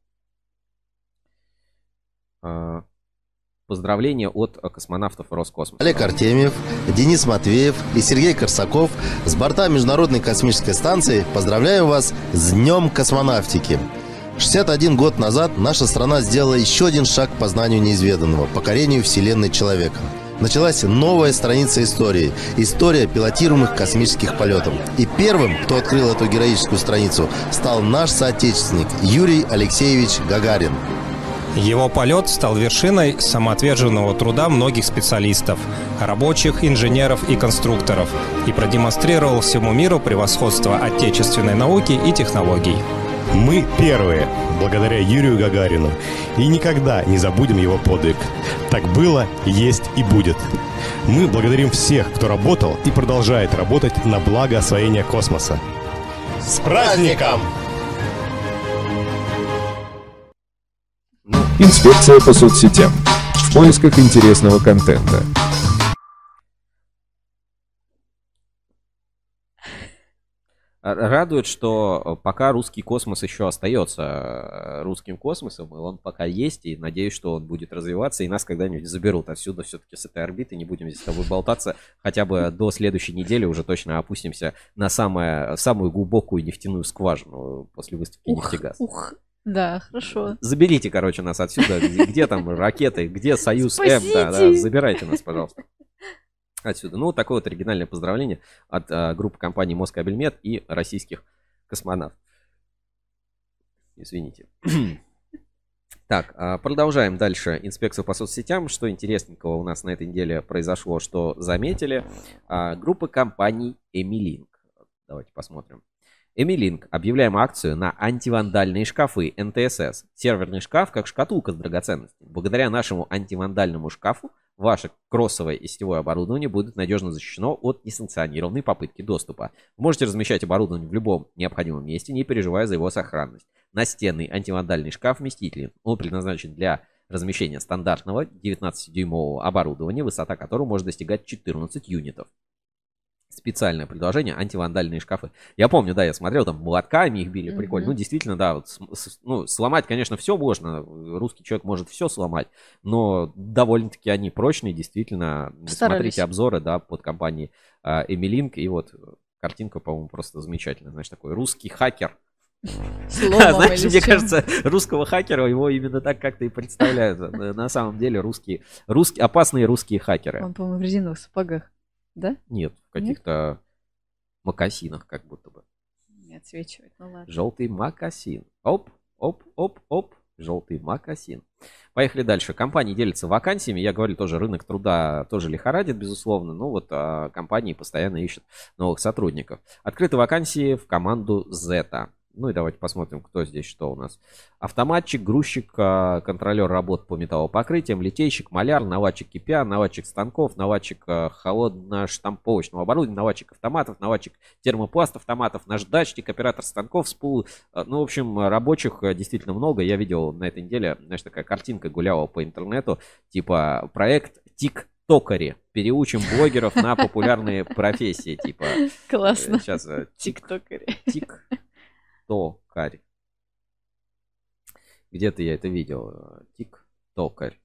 Поздравления от космонавтов Роскосмоса. Олег Артемьев, Денис Матвеев и Сергей Корсаков с борта Международной космической станции поздравляем вас с Днем космонавтики. 61 год назад наша страна сделала еще один шаг к познанию неизведанного, покорению Вселенной человека. Началась новая страница истории. История пилотируемых космических полетов. И первым, кто открыл эту героическую страницу, стал наш соотечественник Юрий Алексеевич Гагарин. Его полет стал вершиной самоотверженного труда многих специалистов, рабочих, инженеров и конструкторов, и продемонстрировал всему миру превосходство отечественной науки и технологий. Мы первые, благодаря Юрию Гагарину, и никогда не забудем его подвиг. Так было, есть и будет. Мы благодарим всех, кто работал и продолжает работать на благо освоения космоса. С праздником! Инспекция по соцсетям. В поисках интересного контента. Радует, что пока русский космос еще остается русским космосом, и он пока есть, и надеюсь, что он будет развиваться, и нас когда-нибудь заберут отсюда, все-таки с этой орбиты, не будем здесь с тобой болтаться, хотя бы до следующей недели уже точно опустимся на самую глубокую нефтяную скважину после выставки «Нефтегаз». Да, хорошо. Заберите, короче, нас отсюда, где там ракеты, где Союз-М, да, забирайте нас, пожалуйста. Отсюда. Ну, вот такое вот оригинальное поздравление от группы компаний Москабельмет и российских космонавтов. Извините. Так, продолжаем дальше инспекцию по соцсетям. Что интересненького у нас на этой неделе произошло, что заметили. Группа компаний Эмилинк. Давайте посмотрим. Эмилинк. Объявляем акцию на антивандальные шкафы НТСС. Серверный шкаф как шкатулка с драгоценностями. Благодаря нашему антивандальному шкафу ваше кроссовое и сетевое оборудование будет надежно защищено от несанкционированной попытки доступа. Вы можете размещать оборудование в любом необходимом месте, не переживая за его сохранность. Настенный антивандальный шкаф вместителен. Он предназначен для размещения стандартного 19-дюймового оборудования, высота которого может достигать 14 юнитов. Специальное предложение — антивандальные шкафы. Я помню, да, я смотрел, там молотками их били, прикольно. Ну, действительно, да, вот, ну, сломать, конечно, все можно. Русский человек может все сломать, но довольно-таки они прочные, действительно. Смотрите обзоры, да, под компанией Эмилинк, и вот картинка, по-моему, просто замечательная. Знаешь, такой русский хакер. Знаешь, мне кажется, русского хакера его именно так как-то и представляют. На самом деле опасные русские хакеры. Он, по-моему, в резиновых сапогах. Да? Нет, в каких-то мокасинах как будто бы. Не отсвечивает, ну ладно. Желтый мокасин. Оп, оп, оп, оп. Желтый мокасин. Поехали дальше. Компании делятся вакансиями. Я говорю, тоже рынок труда тоже лихорадит, безусловно. Ну вот компании постоянно ищут новых сотрудников. Открыты вакансии в команду Zeta. Ну и давайте посмотрим, кто здесь, что у нас. Автоматчик, грузчик, контролер работ по металлопокрытиям, литейщик, маляр, наладчик кипя, наладчик станков, наладчик холодно-штамповочного оборудования, наладчик автоматов, наладчик термопласт автоматов, наждачник, оператор станков, спул. Ну, в общем, рабочих действительно много. Я видел на этой неделе, знаешь, такая картинка гуляла по интернету, типа проект ТикТокари. Переучим блогеров на популярные профессии, типа. Классно. Сейчас ТикТокари. Токарь. Где-то я это видел. Тиктокарь.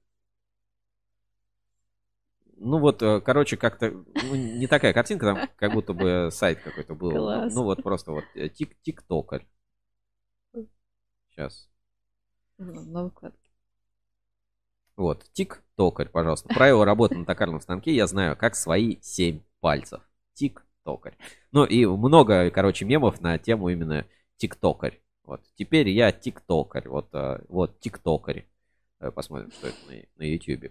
Ну вот, короче, как-то не такая картинка, там как будто бы сайт какой-то был. Класс. Ну вот просто вот тиктокарь. Сейчас. На выкладке. Вот, тиктокарь, пожалуйста. Правила работы на токарном станке я знаю как свои 7 пальцев. Тиктокарь. Ну и много, короче, мемов на тему именно тиктокарь. Вот. Теперь я тиктокарь. Вот тиктокарь. Посмотрим, что это на ютубе.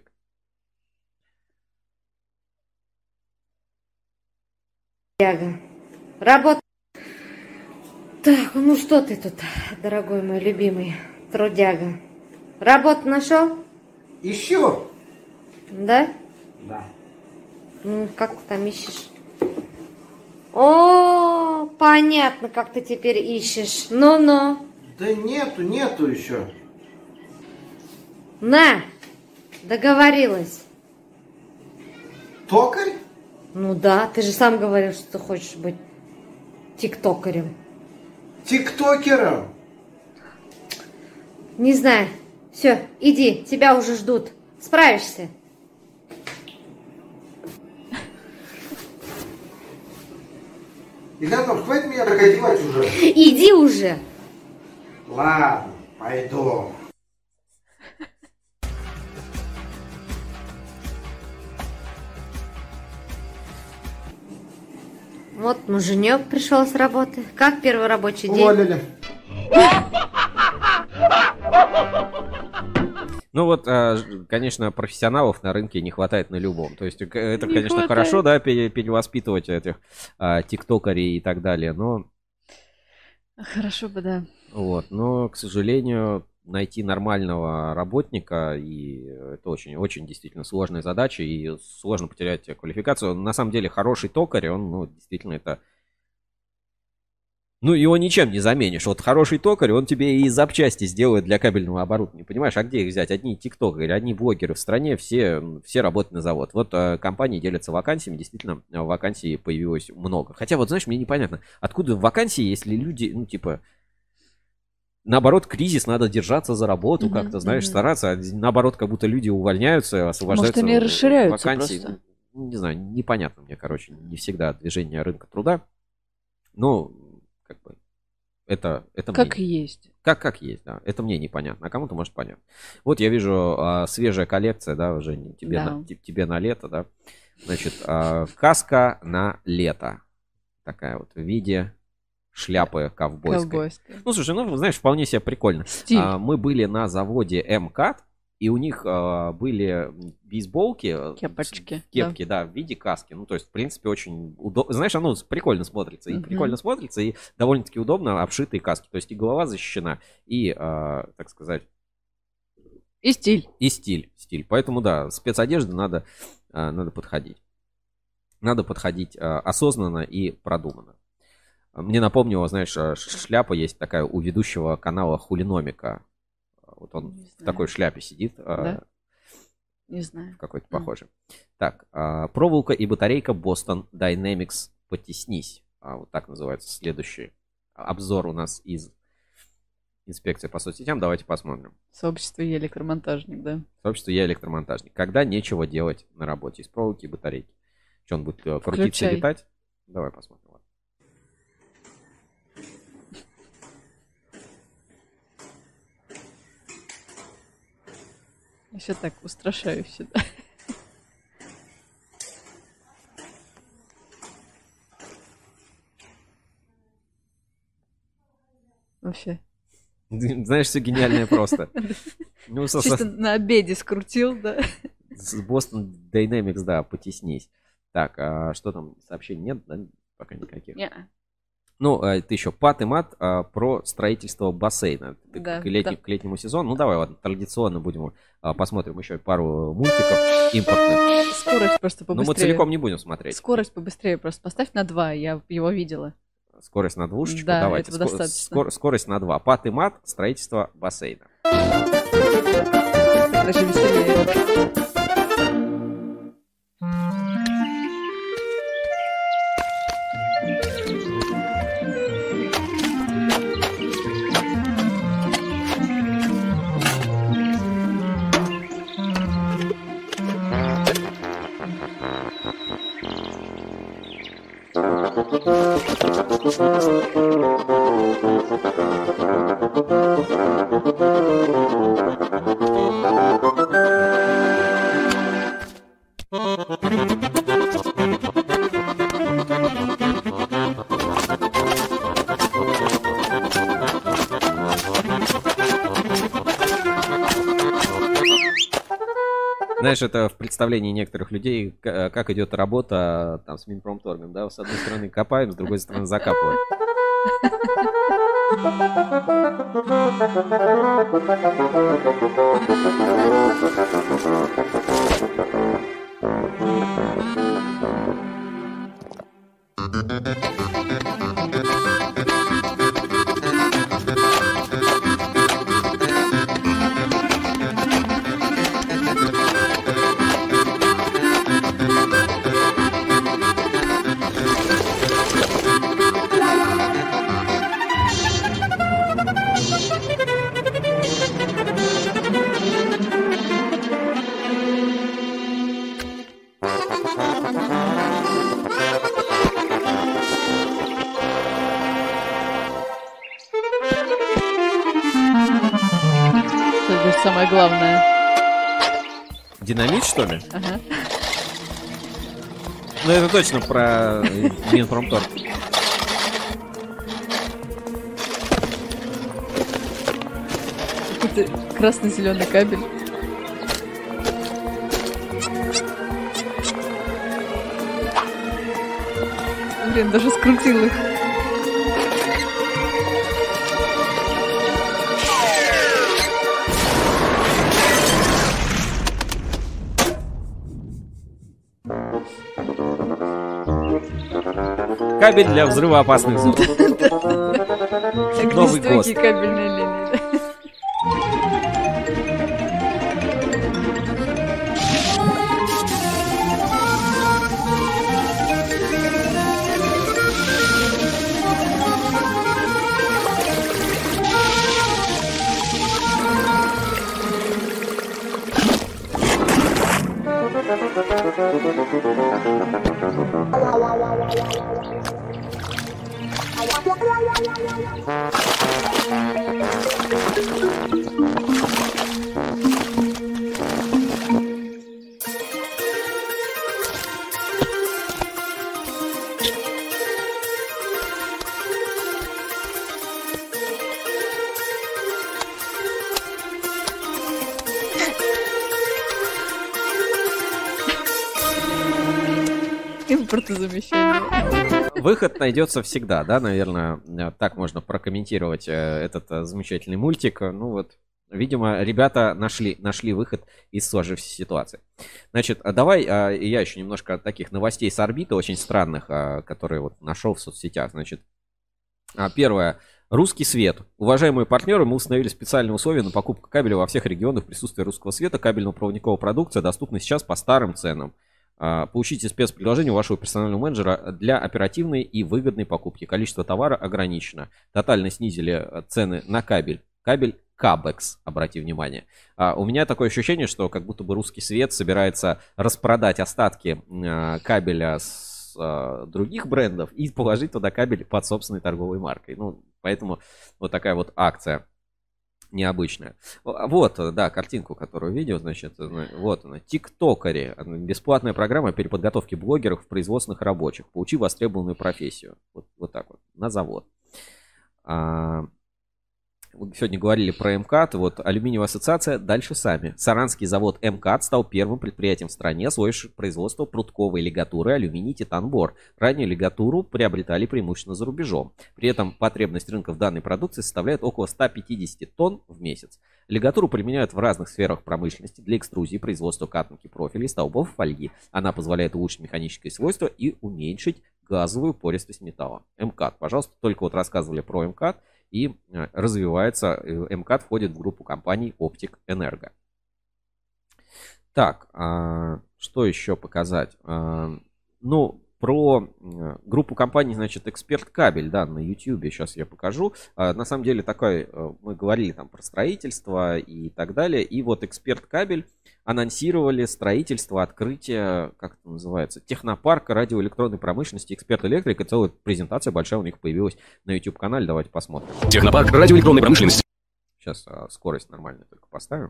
Работа. Так, ну что ты тут, дорогой мой любимый трудяга? Работу нашел? Ищу. Да? Да. Ну, как ты там ищешь? О, понятно, как ты теперь ищешь. Ну-ну. Да нету еще. На, договорилась. Токарь? Ну да, ты же сам говорил, что ты хочешь быть тиктокером. Тиктокером? Не знаю. Все, иди, тебя уже ждут. Справишься? Ильянов, хватит меня так одевать уже. Иди уже. Ладно, пойду. Вот муженек пришел с работы. Как первый рабочий день? Уволили. Ну вот, конечно, профессионалов на рынке не хватает на любом. То есть это, конечно, хорошо, да, перевоспитывать этих тиктокерей и так далее, но... Хорошо бы, да. Вот, но, к сожалению, найти нормального работника, и это очень действительно сложная задача, и сложно потерять квалификацию. На самом деле, хороший токарь, он, ну, действительно, это... Ну, его ничем не заменишь. Вот хороший токарь, он тебе и запчасти сделает для кабельного оборудования. Понимаешь, а где их взять? Одни тиктокеры, одни блогеры в стране, все работают на завод. Вот компании делятся вакансиями, действительно, вакансий появилось много. Хотя вот, знаешь, мне непонятно, откуда вакансии, если люди, ну, типа... Наоборот, кризис, надо держаться за работу, как-то, знаешь, стараться. А наоборот, как будто люди увольняются, освобождаются. Может, они расширяются вакансии. просто. Не знаю, непонятно мне, короче, не всегда движение рынка труда. Но, как бы, это как мне... есть. Как есть, да. Это мне непонятно, а кому-то может понятно. Вот я вижу свежая коллекция, да, Женя, тебе на лето, да. Значит, каска на лето. Такая вот в виде... шляпы ковбойской. Ну, слушай, ну, знаешь, вполне себе прикольно. Мы были на заводе МКАД, и у них были бейсболки, кепки, да, в виде каски. Ну, то есть, в принципе, очень удобно. Знаешь, оно прикольно смотрится. И прикольно смотрится, и довольно-таки удобно обшитые каски. То есть, и голова защищена, и, так сказать... И стиль. И стиль. Поэтому, да, спецодежды надо подходить. Надо подходить осознанно и продуманно. Мне напомнило, знаешь, шляпа есть такая у ведущего канала Хулиномика. Вот он в такой шляпе сидит. Да? Не знаю. Какой-то похожий. Так, проволока и батарейка Boston Dynamics потеснись. Вот так называется следующий обзор у нас из инспекции по соцсетям. Давайте посмотрим. Сообщество «Я электромонтажник», да? Сообщество «Я электромонтажник». Когда нечего делать на работе из проволоки и батарейки. Что, он будет крутиться и летать? Давай посмотрим. Еще так устрашающе, да? Вообще. Знаешь, все гениальное просто. Чисто на обеде скрутил, да? С Boston Dynamics, да, потеснись. Так, а что там, сообщений нет? Да? Пока никаких. Не-а. Ну, это еще Пат и Мат про строительство бассейна. Да, к летнему сезону. Ну, давай, ладно, традиционно будем посмотрим еще пару мультиков импортных. Скорость просто побыстрее. Но мы целиком не будем смотреть. Скорость побыстрее просто поставь на 2, я его видела. Скорость на двушечку, да, давайте. Этого достаточно. Скорость на 2. Пат и Мат, строительство бассейна. Даже веселее. Знаешь, это в представлении некоторых людей, как идет работа там с Минпромторгом, да, с одной стороны копаем, с другой стороны закапываем. Самое главное. Динамит, что ли? Ага. Ну, это точно про Минпромторг. Какой-то красно-зеленый кабель. Блин, даже скрутил их. Кабель для взрывоопасных зон. Новый ГОСТ. Кабельные линии. Импортозамещение. Выход найдется всегда, да, наверное, так можно прокомментировать этот замечательный мультик. Ну вот, Видимо, ребята нашли выход из сложившейся ситуации. Значит, давай я еще немножко таких новостей с орбиты, очень странных, которые вот нашел в соцсетях. Значит, первое. Русский свет. Уважаемые партнеры, мы установили специальные условия на покупку кабеля во всех регионах в присутствии русского света. Кабельно-проводниковая продукция доступна сейчас по старым ценам. Получите спецпредложение у вашего персонального менеджера для оперативной и выгодной покупки. Количество товара ограничено. Тотально снизили цены на кабель. Кабель Кабекс, обрати внимание. У меня такое ощущение, что как будто бы русский свет собирается распродать остатки кабеля с других брендов и положить туда кабель под собственной торговой маркой. Ну, поэтому вот такая вот акция необычная. Вот, да, картинку, которую видел, значит, вот она. Тиктокари. Бесплатная программа переподготовки блогеров в производственных рабочих. Получи востребованную профессию. Вот так вот, на завод. Сегодня говорили про МКАД. Вот алюминиевая ассоциация, дальше сами. Саранский завод МКАД стал первым предприятием в стране, освоившим производство прутковой лигатуры алюминий-титан-бор. Ранее лигатуру приобретали преимущественно за рубежом. При этом потребность рынка в данной продукции составляет около 150 тонн в месяц. Лигатуру применяют в разных сферах промышленности для экструзии, производства катанки профилей, столбов и фольги. Она позволяет улучшить механические свойства и уменьшить газовую пористость металла. МКАД, пожалуйста, только вот рассказывали про МКАД. И развивается, МКАД входит в группу компаний Оптик Энерго. Так, что еще показать? Ну, про группу компаний, значит, Эксперт Кабель, да, на YouTube сейчас я покажу. На самом деле, такой, мы говорили там про строительство и так далее. И вот Эксперт Кабель анонсировали строительство, открытие, как это называется, технопарка радиоэлектронной промышленности Эксперт Электрик. И целая презентация большая у них появилась на YouTube-канале. Давайте посмотрим. Технопарк радиоэлектронной промышленности. Сейчас скорость нормальную только поставим.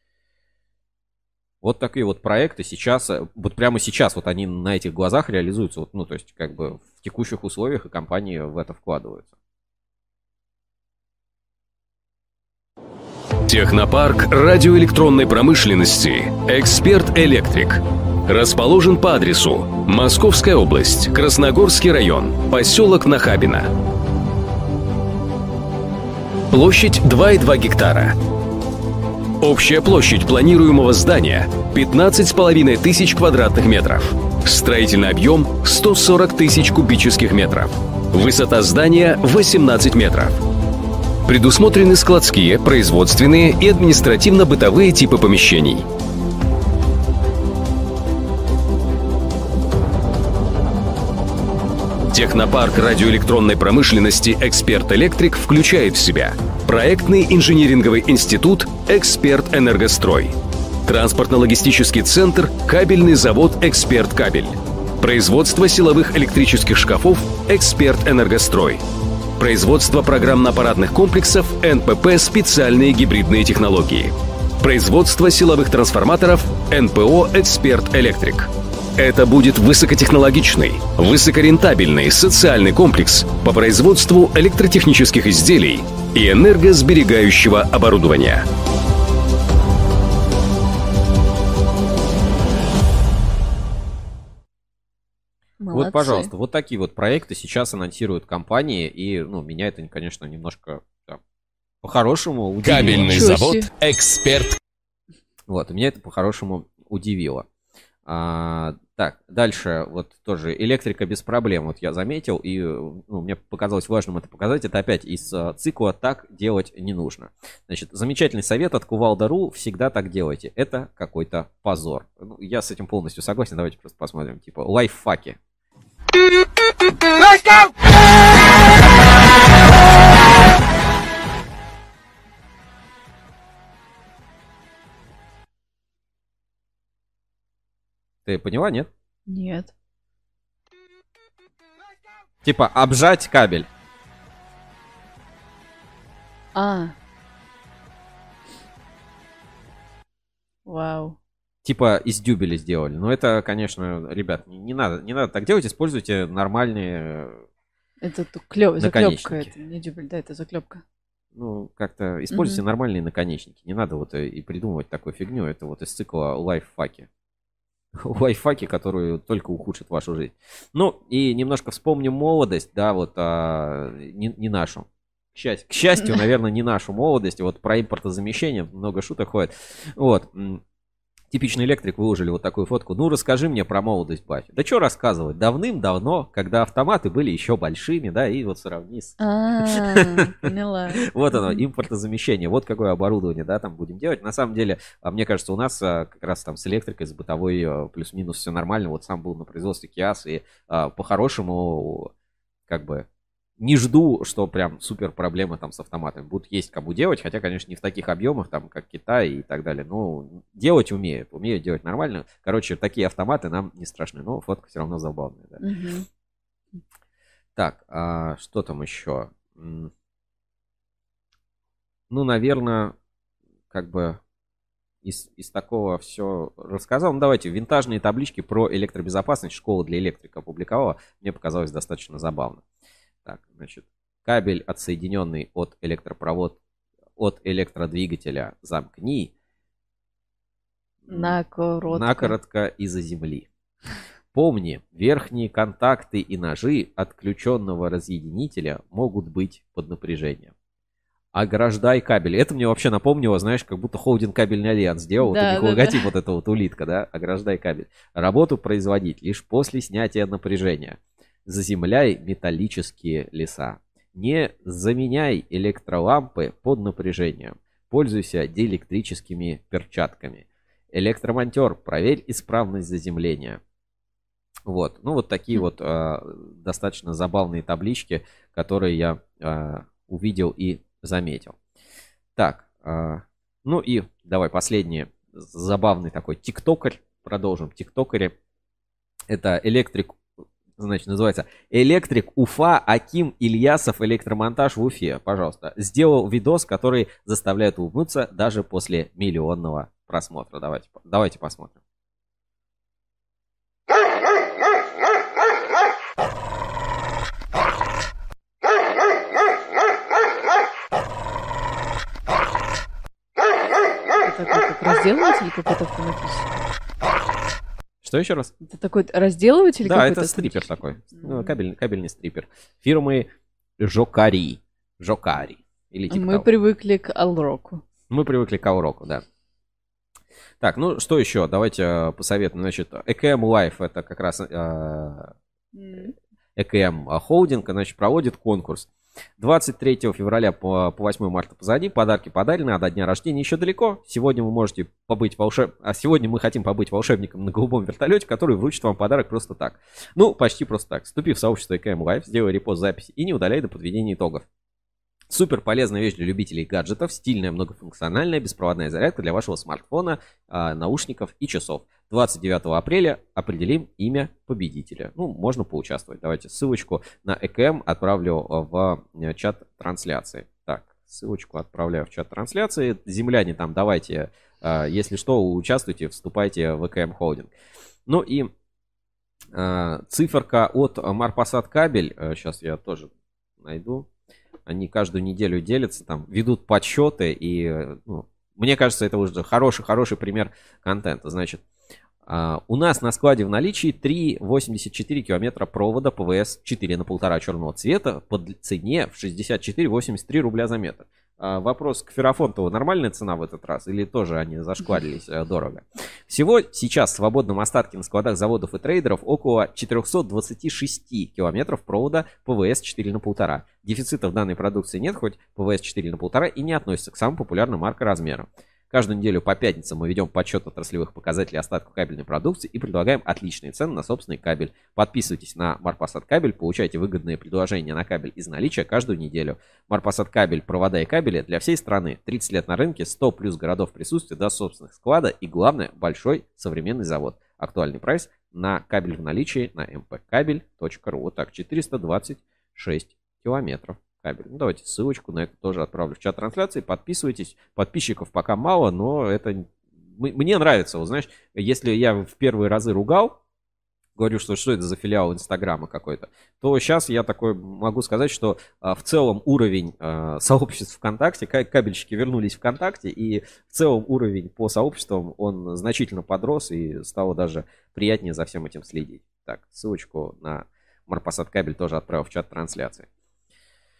Вот такие вот проекты сейчас, вот прямо сейчас вот они на этих глазах реализуются. Вот, ну, то есть как бы в текущих условиях и компании в это вкладываются. Технопарк радиоэлектронной промышленности «Эксперт Электрик». Расположен по адресу Московская область, Красногорский район, поселок Нахабино. Площадь 2,2 гектара. Общая площадь планируемого здания 15,5 тысяч квадратных метров. Строительный объем 140 тысяч кубических метров. Высота здания 18 метров. Предусмотрены складские, производственные и административно-бытовые типы помещений. Технопарк радиоэлектронной промышленности «Эксперт Электрик» включает в себя проектный инжиниринговый институт «Эксперт Энергострой», транспортно-логистический центр «Кабельный завод Эксперт Кабель», производство силовых электрических шкафов «Эксперт Энергострой», производство программно-аппаратных комплексов НПП «Специальные гибридные технологии», производство силовых трансформаторов НПО «Эксперт Электрик». Это будет высокотехнологичный, высокорентабельный социальный комплекс по производству электротехнических изделий и энергосберегающего оборудования. Молодцы. Вот, пожалуйста, вот такие вот проекты сейчас анонсируют компании, и, ну, меня это, конечно, немножко по-хорошему удивило. Кабельный завод «Эксперт». Вот, меня это по-хорошему удивило. Так, дальше вот тоже электрика без проблем, вот я заметил, и мне показалось важным это показать. Это опять из цикла «Так делать не нужно». Значит, замечательный совет от Кувалда.ру: всегда так делайте. Это какой-то позор. Ну, я с этим полностью согласен, давайте просто посмотрим. Типа лайфхаки. Ты поняла, нет? Нет. Типа обжать кабель. Вау. Типа из дюбеля сделали. Но это, конечно, ребят, не надо так делать. Используйте нормальные Это заклепка, наконечники. это не дюбель, да, это заклепка. Ну, как-то используйте нормальные наконечники. Не надо вот и придумывать такую фигню. Это вот из цикла лайфхаки. Лайфхаки, которые только ухудшат вашу жизнь. Ну, и немножко вспомним молодость, да, вот не нашу, к К счастью, наверное, не нашу молодость. Вот про импортозамещение много шуток ходит. Вот. Типичный электрик, выложили вот такую фотку. Ну, расскажи мне про молодость Баффи. Да что рассказывать? Давным-давно, когда автоматы были еще большими, да, и вот сравни с... Поняла. Вот оно, импортозамещение. Вот какое оборудование, да, там будем делать. На самом деле, мне кажется, у нас как раз там с электрикой, с бытовой плюс-минус все нормально. Вот сам был на производстве Киас, и по-хорошему, как бы... Не жду, что прям супер проблемы там с автоматами. Будут есть кому делать, хотя, конечно, не в таких объемах, там, как Китай и так далее. Но делать умеют делать нормально. Короче, такие автоматы нам не страшны, но фотка все равно забавная. Да. Угу. Так, что там еще? Ну, наверное, как бы из такого все рассказал. Ну, давайте, винтажные таблички про электробезопасность школа для электрика опубликовала. Мне показалось достаточно забавно. Так, значит, кабель, отсоединенный от электродвигателя, замкни. Накоротко из-за земли. Помни, верхние контакты и ножи отключенного разъединителя могут быть под напряжением. Ограждай кабель. Это мне вообще напомнило, знаешь, как будто холдинг Кабельный альянс сделал. Да, вот у них логотип, вот эта вот улитка, да? Ограждай кабель. Работу производить лишь после снятия напряжения. Заземляй металлические леса. Не заменяй электролампы под напряжением. Пользуйся диэлектрическими перчатками. Электромонтер, проверь исправность заземления. Вот. Ну, вот такие вот достаточно забавные таблички, которые я увидел и заметил. Так, ну и давай последний забавный такой тиктокер. Продолжим тиктокере. Это электрик. Значит, называется «Электрик Уфа Аким Ильясов. Электромонтаж в Уфе». Пожалуйста. Сделал видос, который заставляет улыбнуться даже после миллионного просмотра. Давайте посмотрим. Это как разделыватель какой-то автоматический? Что еще раз? Это такой разделыватель? Да, это стрипер такой. Кабельный стрипер. Фирмы Жокари. Или типа Мы привыкли к Алроку. Да. Так, ну что еще? Давайте посоветуем. Значит, EKM Life, это как раз EKM холдинг, значит, проводит конкурс. 23 февраля по 8 марта позади. Подарки подарены, а до дня рождения еще далеко. Сегодня вы можете побыть сегодня мы хотим побыть волшебником на голубом вертолете, который вручит вам подарок просто так. Ну, почти просто так. Вступи в сообщество EKM Life, сделай репост записи и не удаляй до подведения итогов. Супер полезная вещь для любителей гаджетов, стильная, многофункциональная, беспроводная зарядка для вашего смартфона, наушников и часов. 29 апреля определим имя победителя. Ну, можно поучаствовать. Давайте ссылочку на EKM отправлю в чат трансляции. Так, ссылочку отправляю в чат трансляции. Земляне там давайте, если что, участвуйте, вступайте в EKM Holding. Ну и циферка от Марпасад кабель. Сейчас я тоже найду. Они каждую неделю делятся, там, ведут подсчеты, и, ну, мне кажется, это уже хороший пример контента. Значит, у нас на складе в наличии 3,84 километра провода ПВС 4 на 1,5 черного цвета по цене в 64,83 рубля за метр. Вопрос к Феррафонтову. Нормальная цена в этот раз? Или тоже они зашкварились дорого? Всего сейчас в свободном остатке на складах заводов и трейдеров около 426 километров провода ПВС 4 на 1,5. Дефицита в данной продукции нет, хоть ПВС 4 на 1,5 и не относится к самым популярным маркоразмерам. Каждую неделю по пятницам мы ведем подсчет отраслевых показателей остатков кабельной продукции и предлагаем отличные цены на собственный кабель. Подписывайтесь на Марпасад кабель, получайте выгодные предложения на кабель из наличия каждую неделю. Марпасад кабель, провода и кабели для всей страны. 30 лет на рынке, 100 плюс городов присутствия, до собственных склада и, главное, большой современный завод. Актуальный прайс на кабель в наличии на mpkabel.ru. Вот так, 426 километров. Кабель. Ну, давайте ссылочку на это тоже отправлю в чат трансляции. Подписывайтесь. Подписчиков пока мало, но это мне нравится. Вот знаешь, если я в первые разы ругал, говорю, что это за филиал Инстаграма какой-то, то сейчас я такой могу сказать, что в целом уровень сообществ ВКонтакте, кабельщики вернулись ВКонтакте, и в целом уровень по сообществам, он значительно подрос, и стало даже приятнее за всем этим следить. Так, ссылочку на Марпасад кабель тоже отправил в чат трансляции.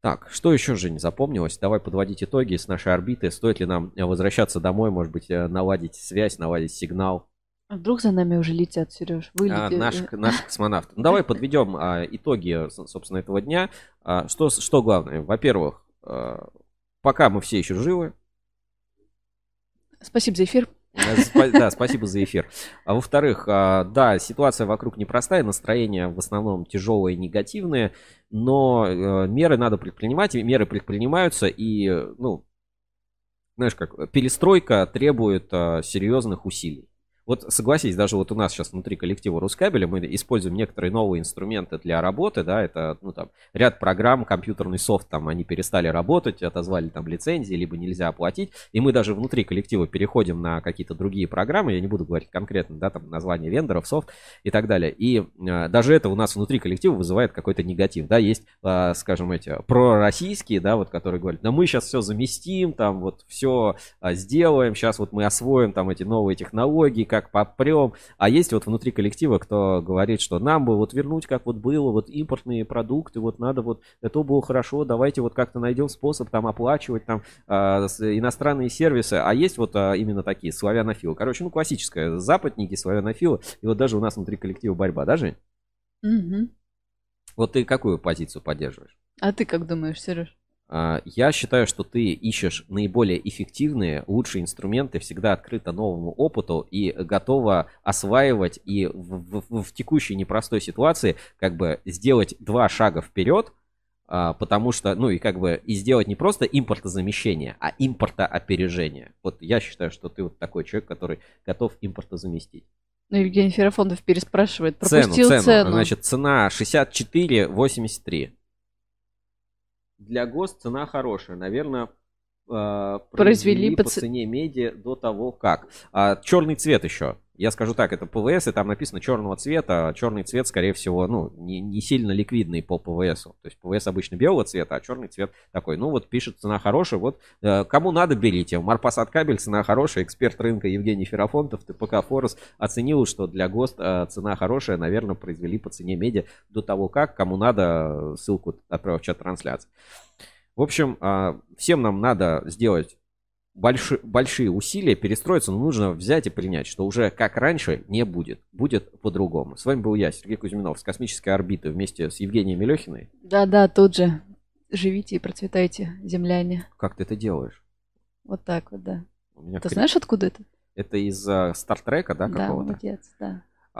Так, что еще же не запомнилось? Давай подводить итоги с нашей орбиты. Стоит ли нам возвращаться домой, может быть, наладить связь, наладить сигнал? А вдруг за нами уже летят, Сереж? Наши космонавты. Ну, давай подведем итоги, собственно, этого дня. Что главное? Во-первых, пока мы все еще живы. Спасибо за эфир. Да, спасибо за эфир. А во-вторых, да, ситуация вокруг непростая, настроения в основном тяжелые, негативные, но меры надо предпринимать, меры предпринимаются, и, ну, знаешь как, перестройка требует серьезных усилий. Вот согласись, даже вот у нас сейчас внутри коллектива Рускабеля мы используем некоторые новые инструменты для работы, да, это, ну, там, ряд программ, компьютерный софт, там, они перестали работать, отозвали там лицензии, либо нельзя оплатить, и мы даже внутри коллектива переходим на какие-то другие программы, я не буду говорить конкретно, да, там, название вендоров, софт и так далее, и даже это у нас внутри коллектива вызывает какой-то негатив, да, есть, скажем, эти пророссийские, да, вот, которые говорят, да мы сейчас все заместим, там, вот, все сделаем, сейчас вот мы освоим там эти новые технологии, как попрем. А есть вот внутри коллектива, кто говорит, что нам бы вот вернуть, как вот было, вот импортные продукты, вот надо вот, это было хорошо, давайте вот как-то найдем способ там оплачивать там иностранные сервисы. А есть вот именно такие славянофилы. Короче, ну классическая, западники, славянофилы. И вот даже у нас внутри коллектива борьба, да, Жень? Угу. Вот ты какую позицию поддерживаешь? А ты как думаешь, Сереж? Я считаю, что ты ищешь наиболее эффективные, лучшие инструменты, всегда открыта новому опыту и готова осваивать и в текущей непростой ситуации как бы сделать 2 шага вперед, потому что, ну и как бы и сделать не просто импортозамещение, а импортоопережение. Вот я считаю, что ты вот такой человек, который готов импортозаместить. Ну, Евгений Ферафонтов переспрашивает, пропустил цену. Значит, цена 64,83. Для ГОСТ цена хорошая, наверное, произвели по цене меди до того как. Черный цвет еще. Я скажу так, это ПВС, и там написано черного цвета. Черный цвет, скорее всего, ну, не сильно ликвидный по ПВСу. То есть ПВС обычно белого цвета, а черный цвет такой. Ну, вот пишет, цена хорошая. Вот кому надо, берите. Марпасад кабель, цена хорошая. Эксперт рынка Евгений Ферафонтов, ТПК Форус оценил, что для ГОСТ цена хорошая. Наверное, произвели по цене меди до того как. Кому надо, ссылку отправил в чат трансляции. В общем, всем нам надо сделать большие усилия, перестроиться, но нужно взять и принять, что уже как раньше не будет. Будет по-другому. С вами был я, Сергей Кузьминов, с космической орбиты вместе с Евгенией Мелехиной. Да, тут же. Живите и процветайте, земляне. Как ты это делаешь? Вот так вот, да. Ты знаешь, откуда это? Это из Стартрека, да, какого-то? Да, молодец, да.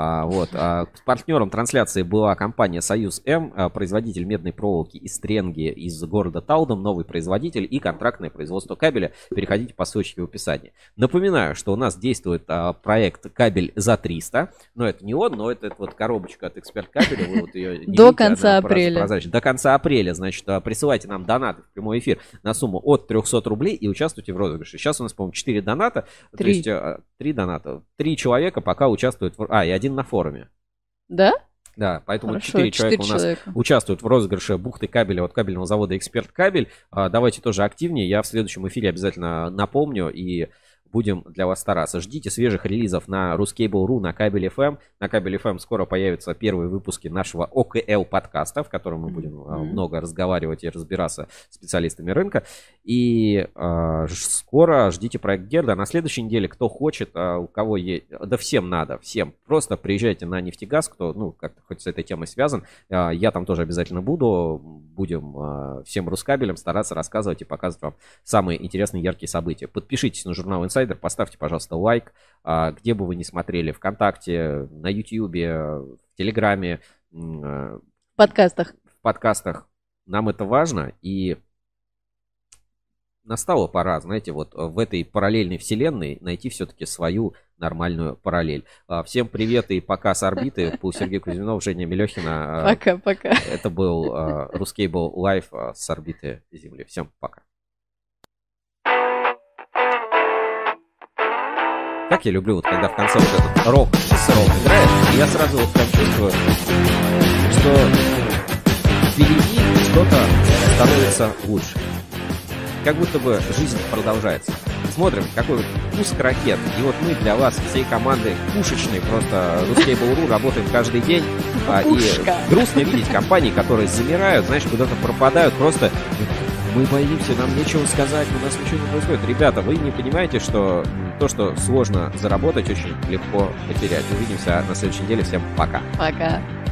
Партнером трансляции была компания Союз М, производитель медной проволоки и стренги из города Талдом, новый производитель и контрактное производство кабеля. Переходите по ссылочке в описании. Напоминаю, что у нас действует проект «Кабель за 300». Но это не он, но это вот коробочка от Эксперт Кабеля. Вы вот ее до конца апреля. До конца апреля, значит, присылайте нам донаты в прямой эфир на сумму от 300 рублей и участвуйте в розыгрыше. Сейчас у нас, по-моему, 4 доната. 3. То есть 3 доната. 3 человека пока участвуют и один на форуме. Да? Да, поэтому Хорошо, 4 человека у нас участвуют в розыгрыше бухты кабеля от кабельного завода «Эксперт Кабель». Давайте тоже активнее. Я в следующем эфире обязательно напомню и будем для вас стараться. Ждите свежих релизов на Ruscable.ru, на Кабель FM. На Кабель FM скоро появятся первые выпуски нашего ОКЛ подкаста, в котором мы будем много разговаривать и разбираться с специалистами рынка. И скоро ждите проект Герда. На следующей неделе, кто хочет, у кого есть, да всем надо, всем. Просто приезжайте на Нефтегаз, кто, ну, как-то хоть с этой темой связан. Я там тоже обязательно буду. Будем всем Рускабелем стараться рассказывать и показывать вам самые интересные, яркие события. Подпишитесь на журнал Инсайдер, поставьте, пожалуйста, лайк, где бы вы ни смотрели, ВКонтакте, на Ютьюбе, в Телеграме, в подкастах. Нам это важно, и настала пора, знаете, вот в этой параллельной вселенной найти все-таки свою нормальную параллель. Всем привет и пока с орбиты. Был Сергей Кузьминов, Женя Мелехина. Пока-пока. Это был Ruscable Live с орбиты Земли. Всем пока. Как я люблю, вот когда в конце вот этот рок играет, и я сразу вот так чувствую, что впереди что-то становится лучше. Как будто бы жизнь продолжается. смотрим, какой вот пуск ракет. И вот мы для вас, всей команды пушечной, просто Ruskable.ru работаем каждый день. И грустно видеть компании, которые замирают, знаешь, куда-то пропадают, просто мы боимся, нам нечего сказать, у нас ничего не происходит. Ребята, вы не понимаете, что то, что сложно заработать, очень легко потерять. Увидимся на следующей неделе. Всем пока. Пока.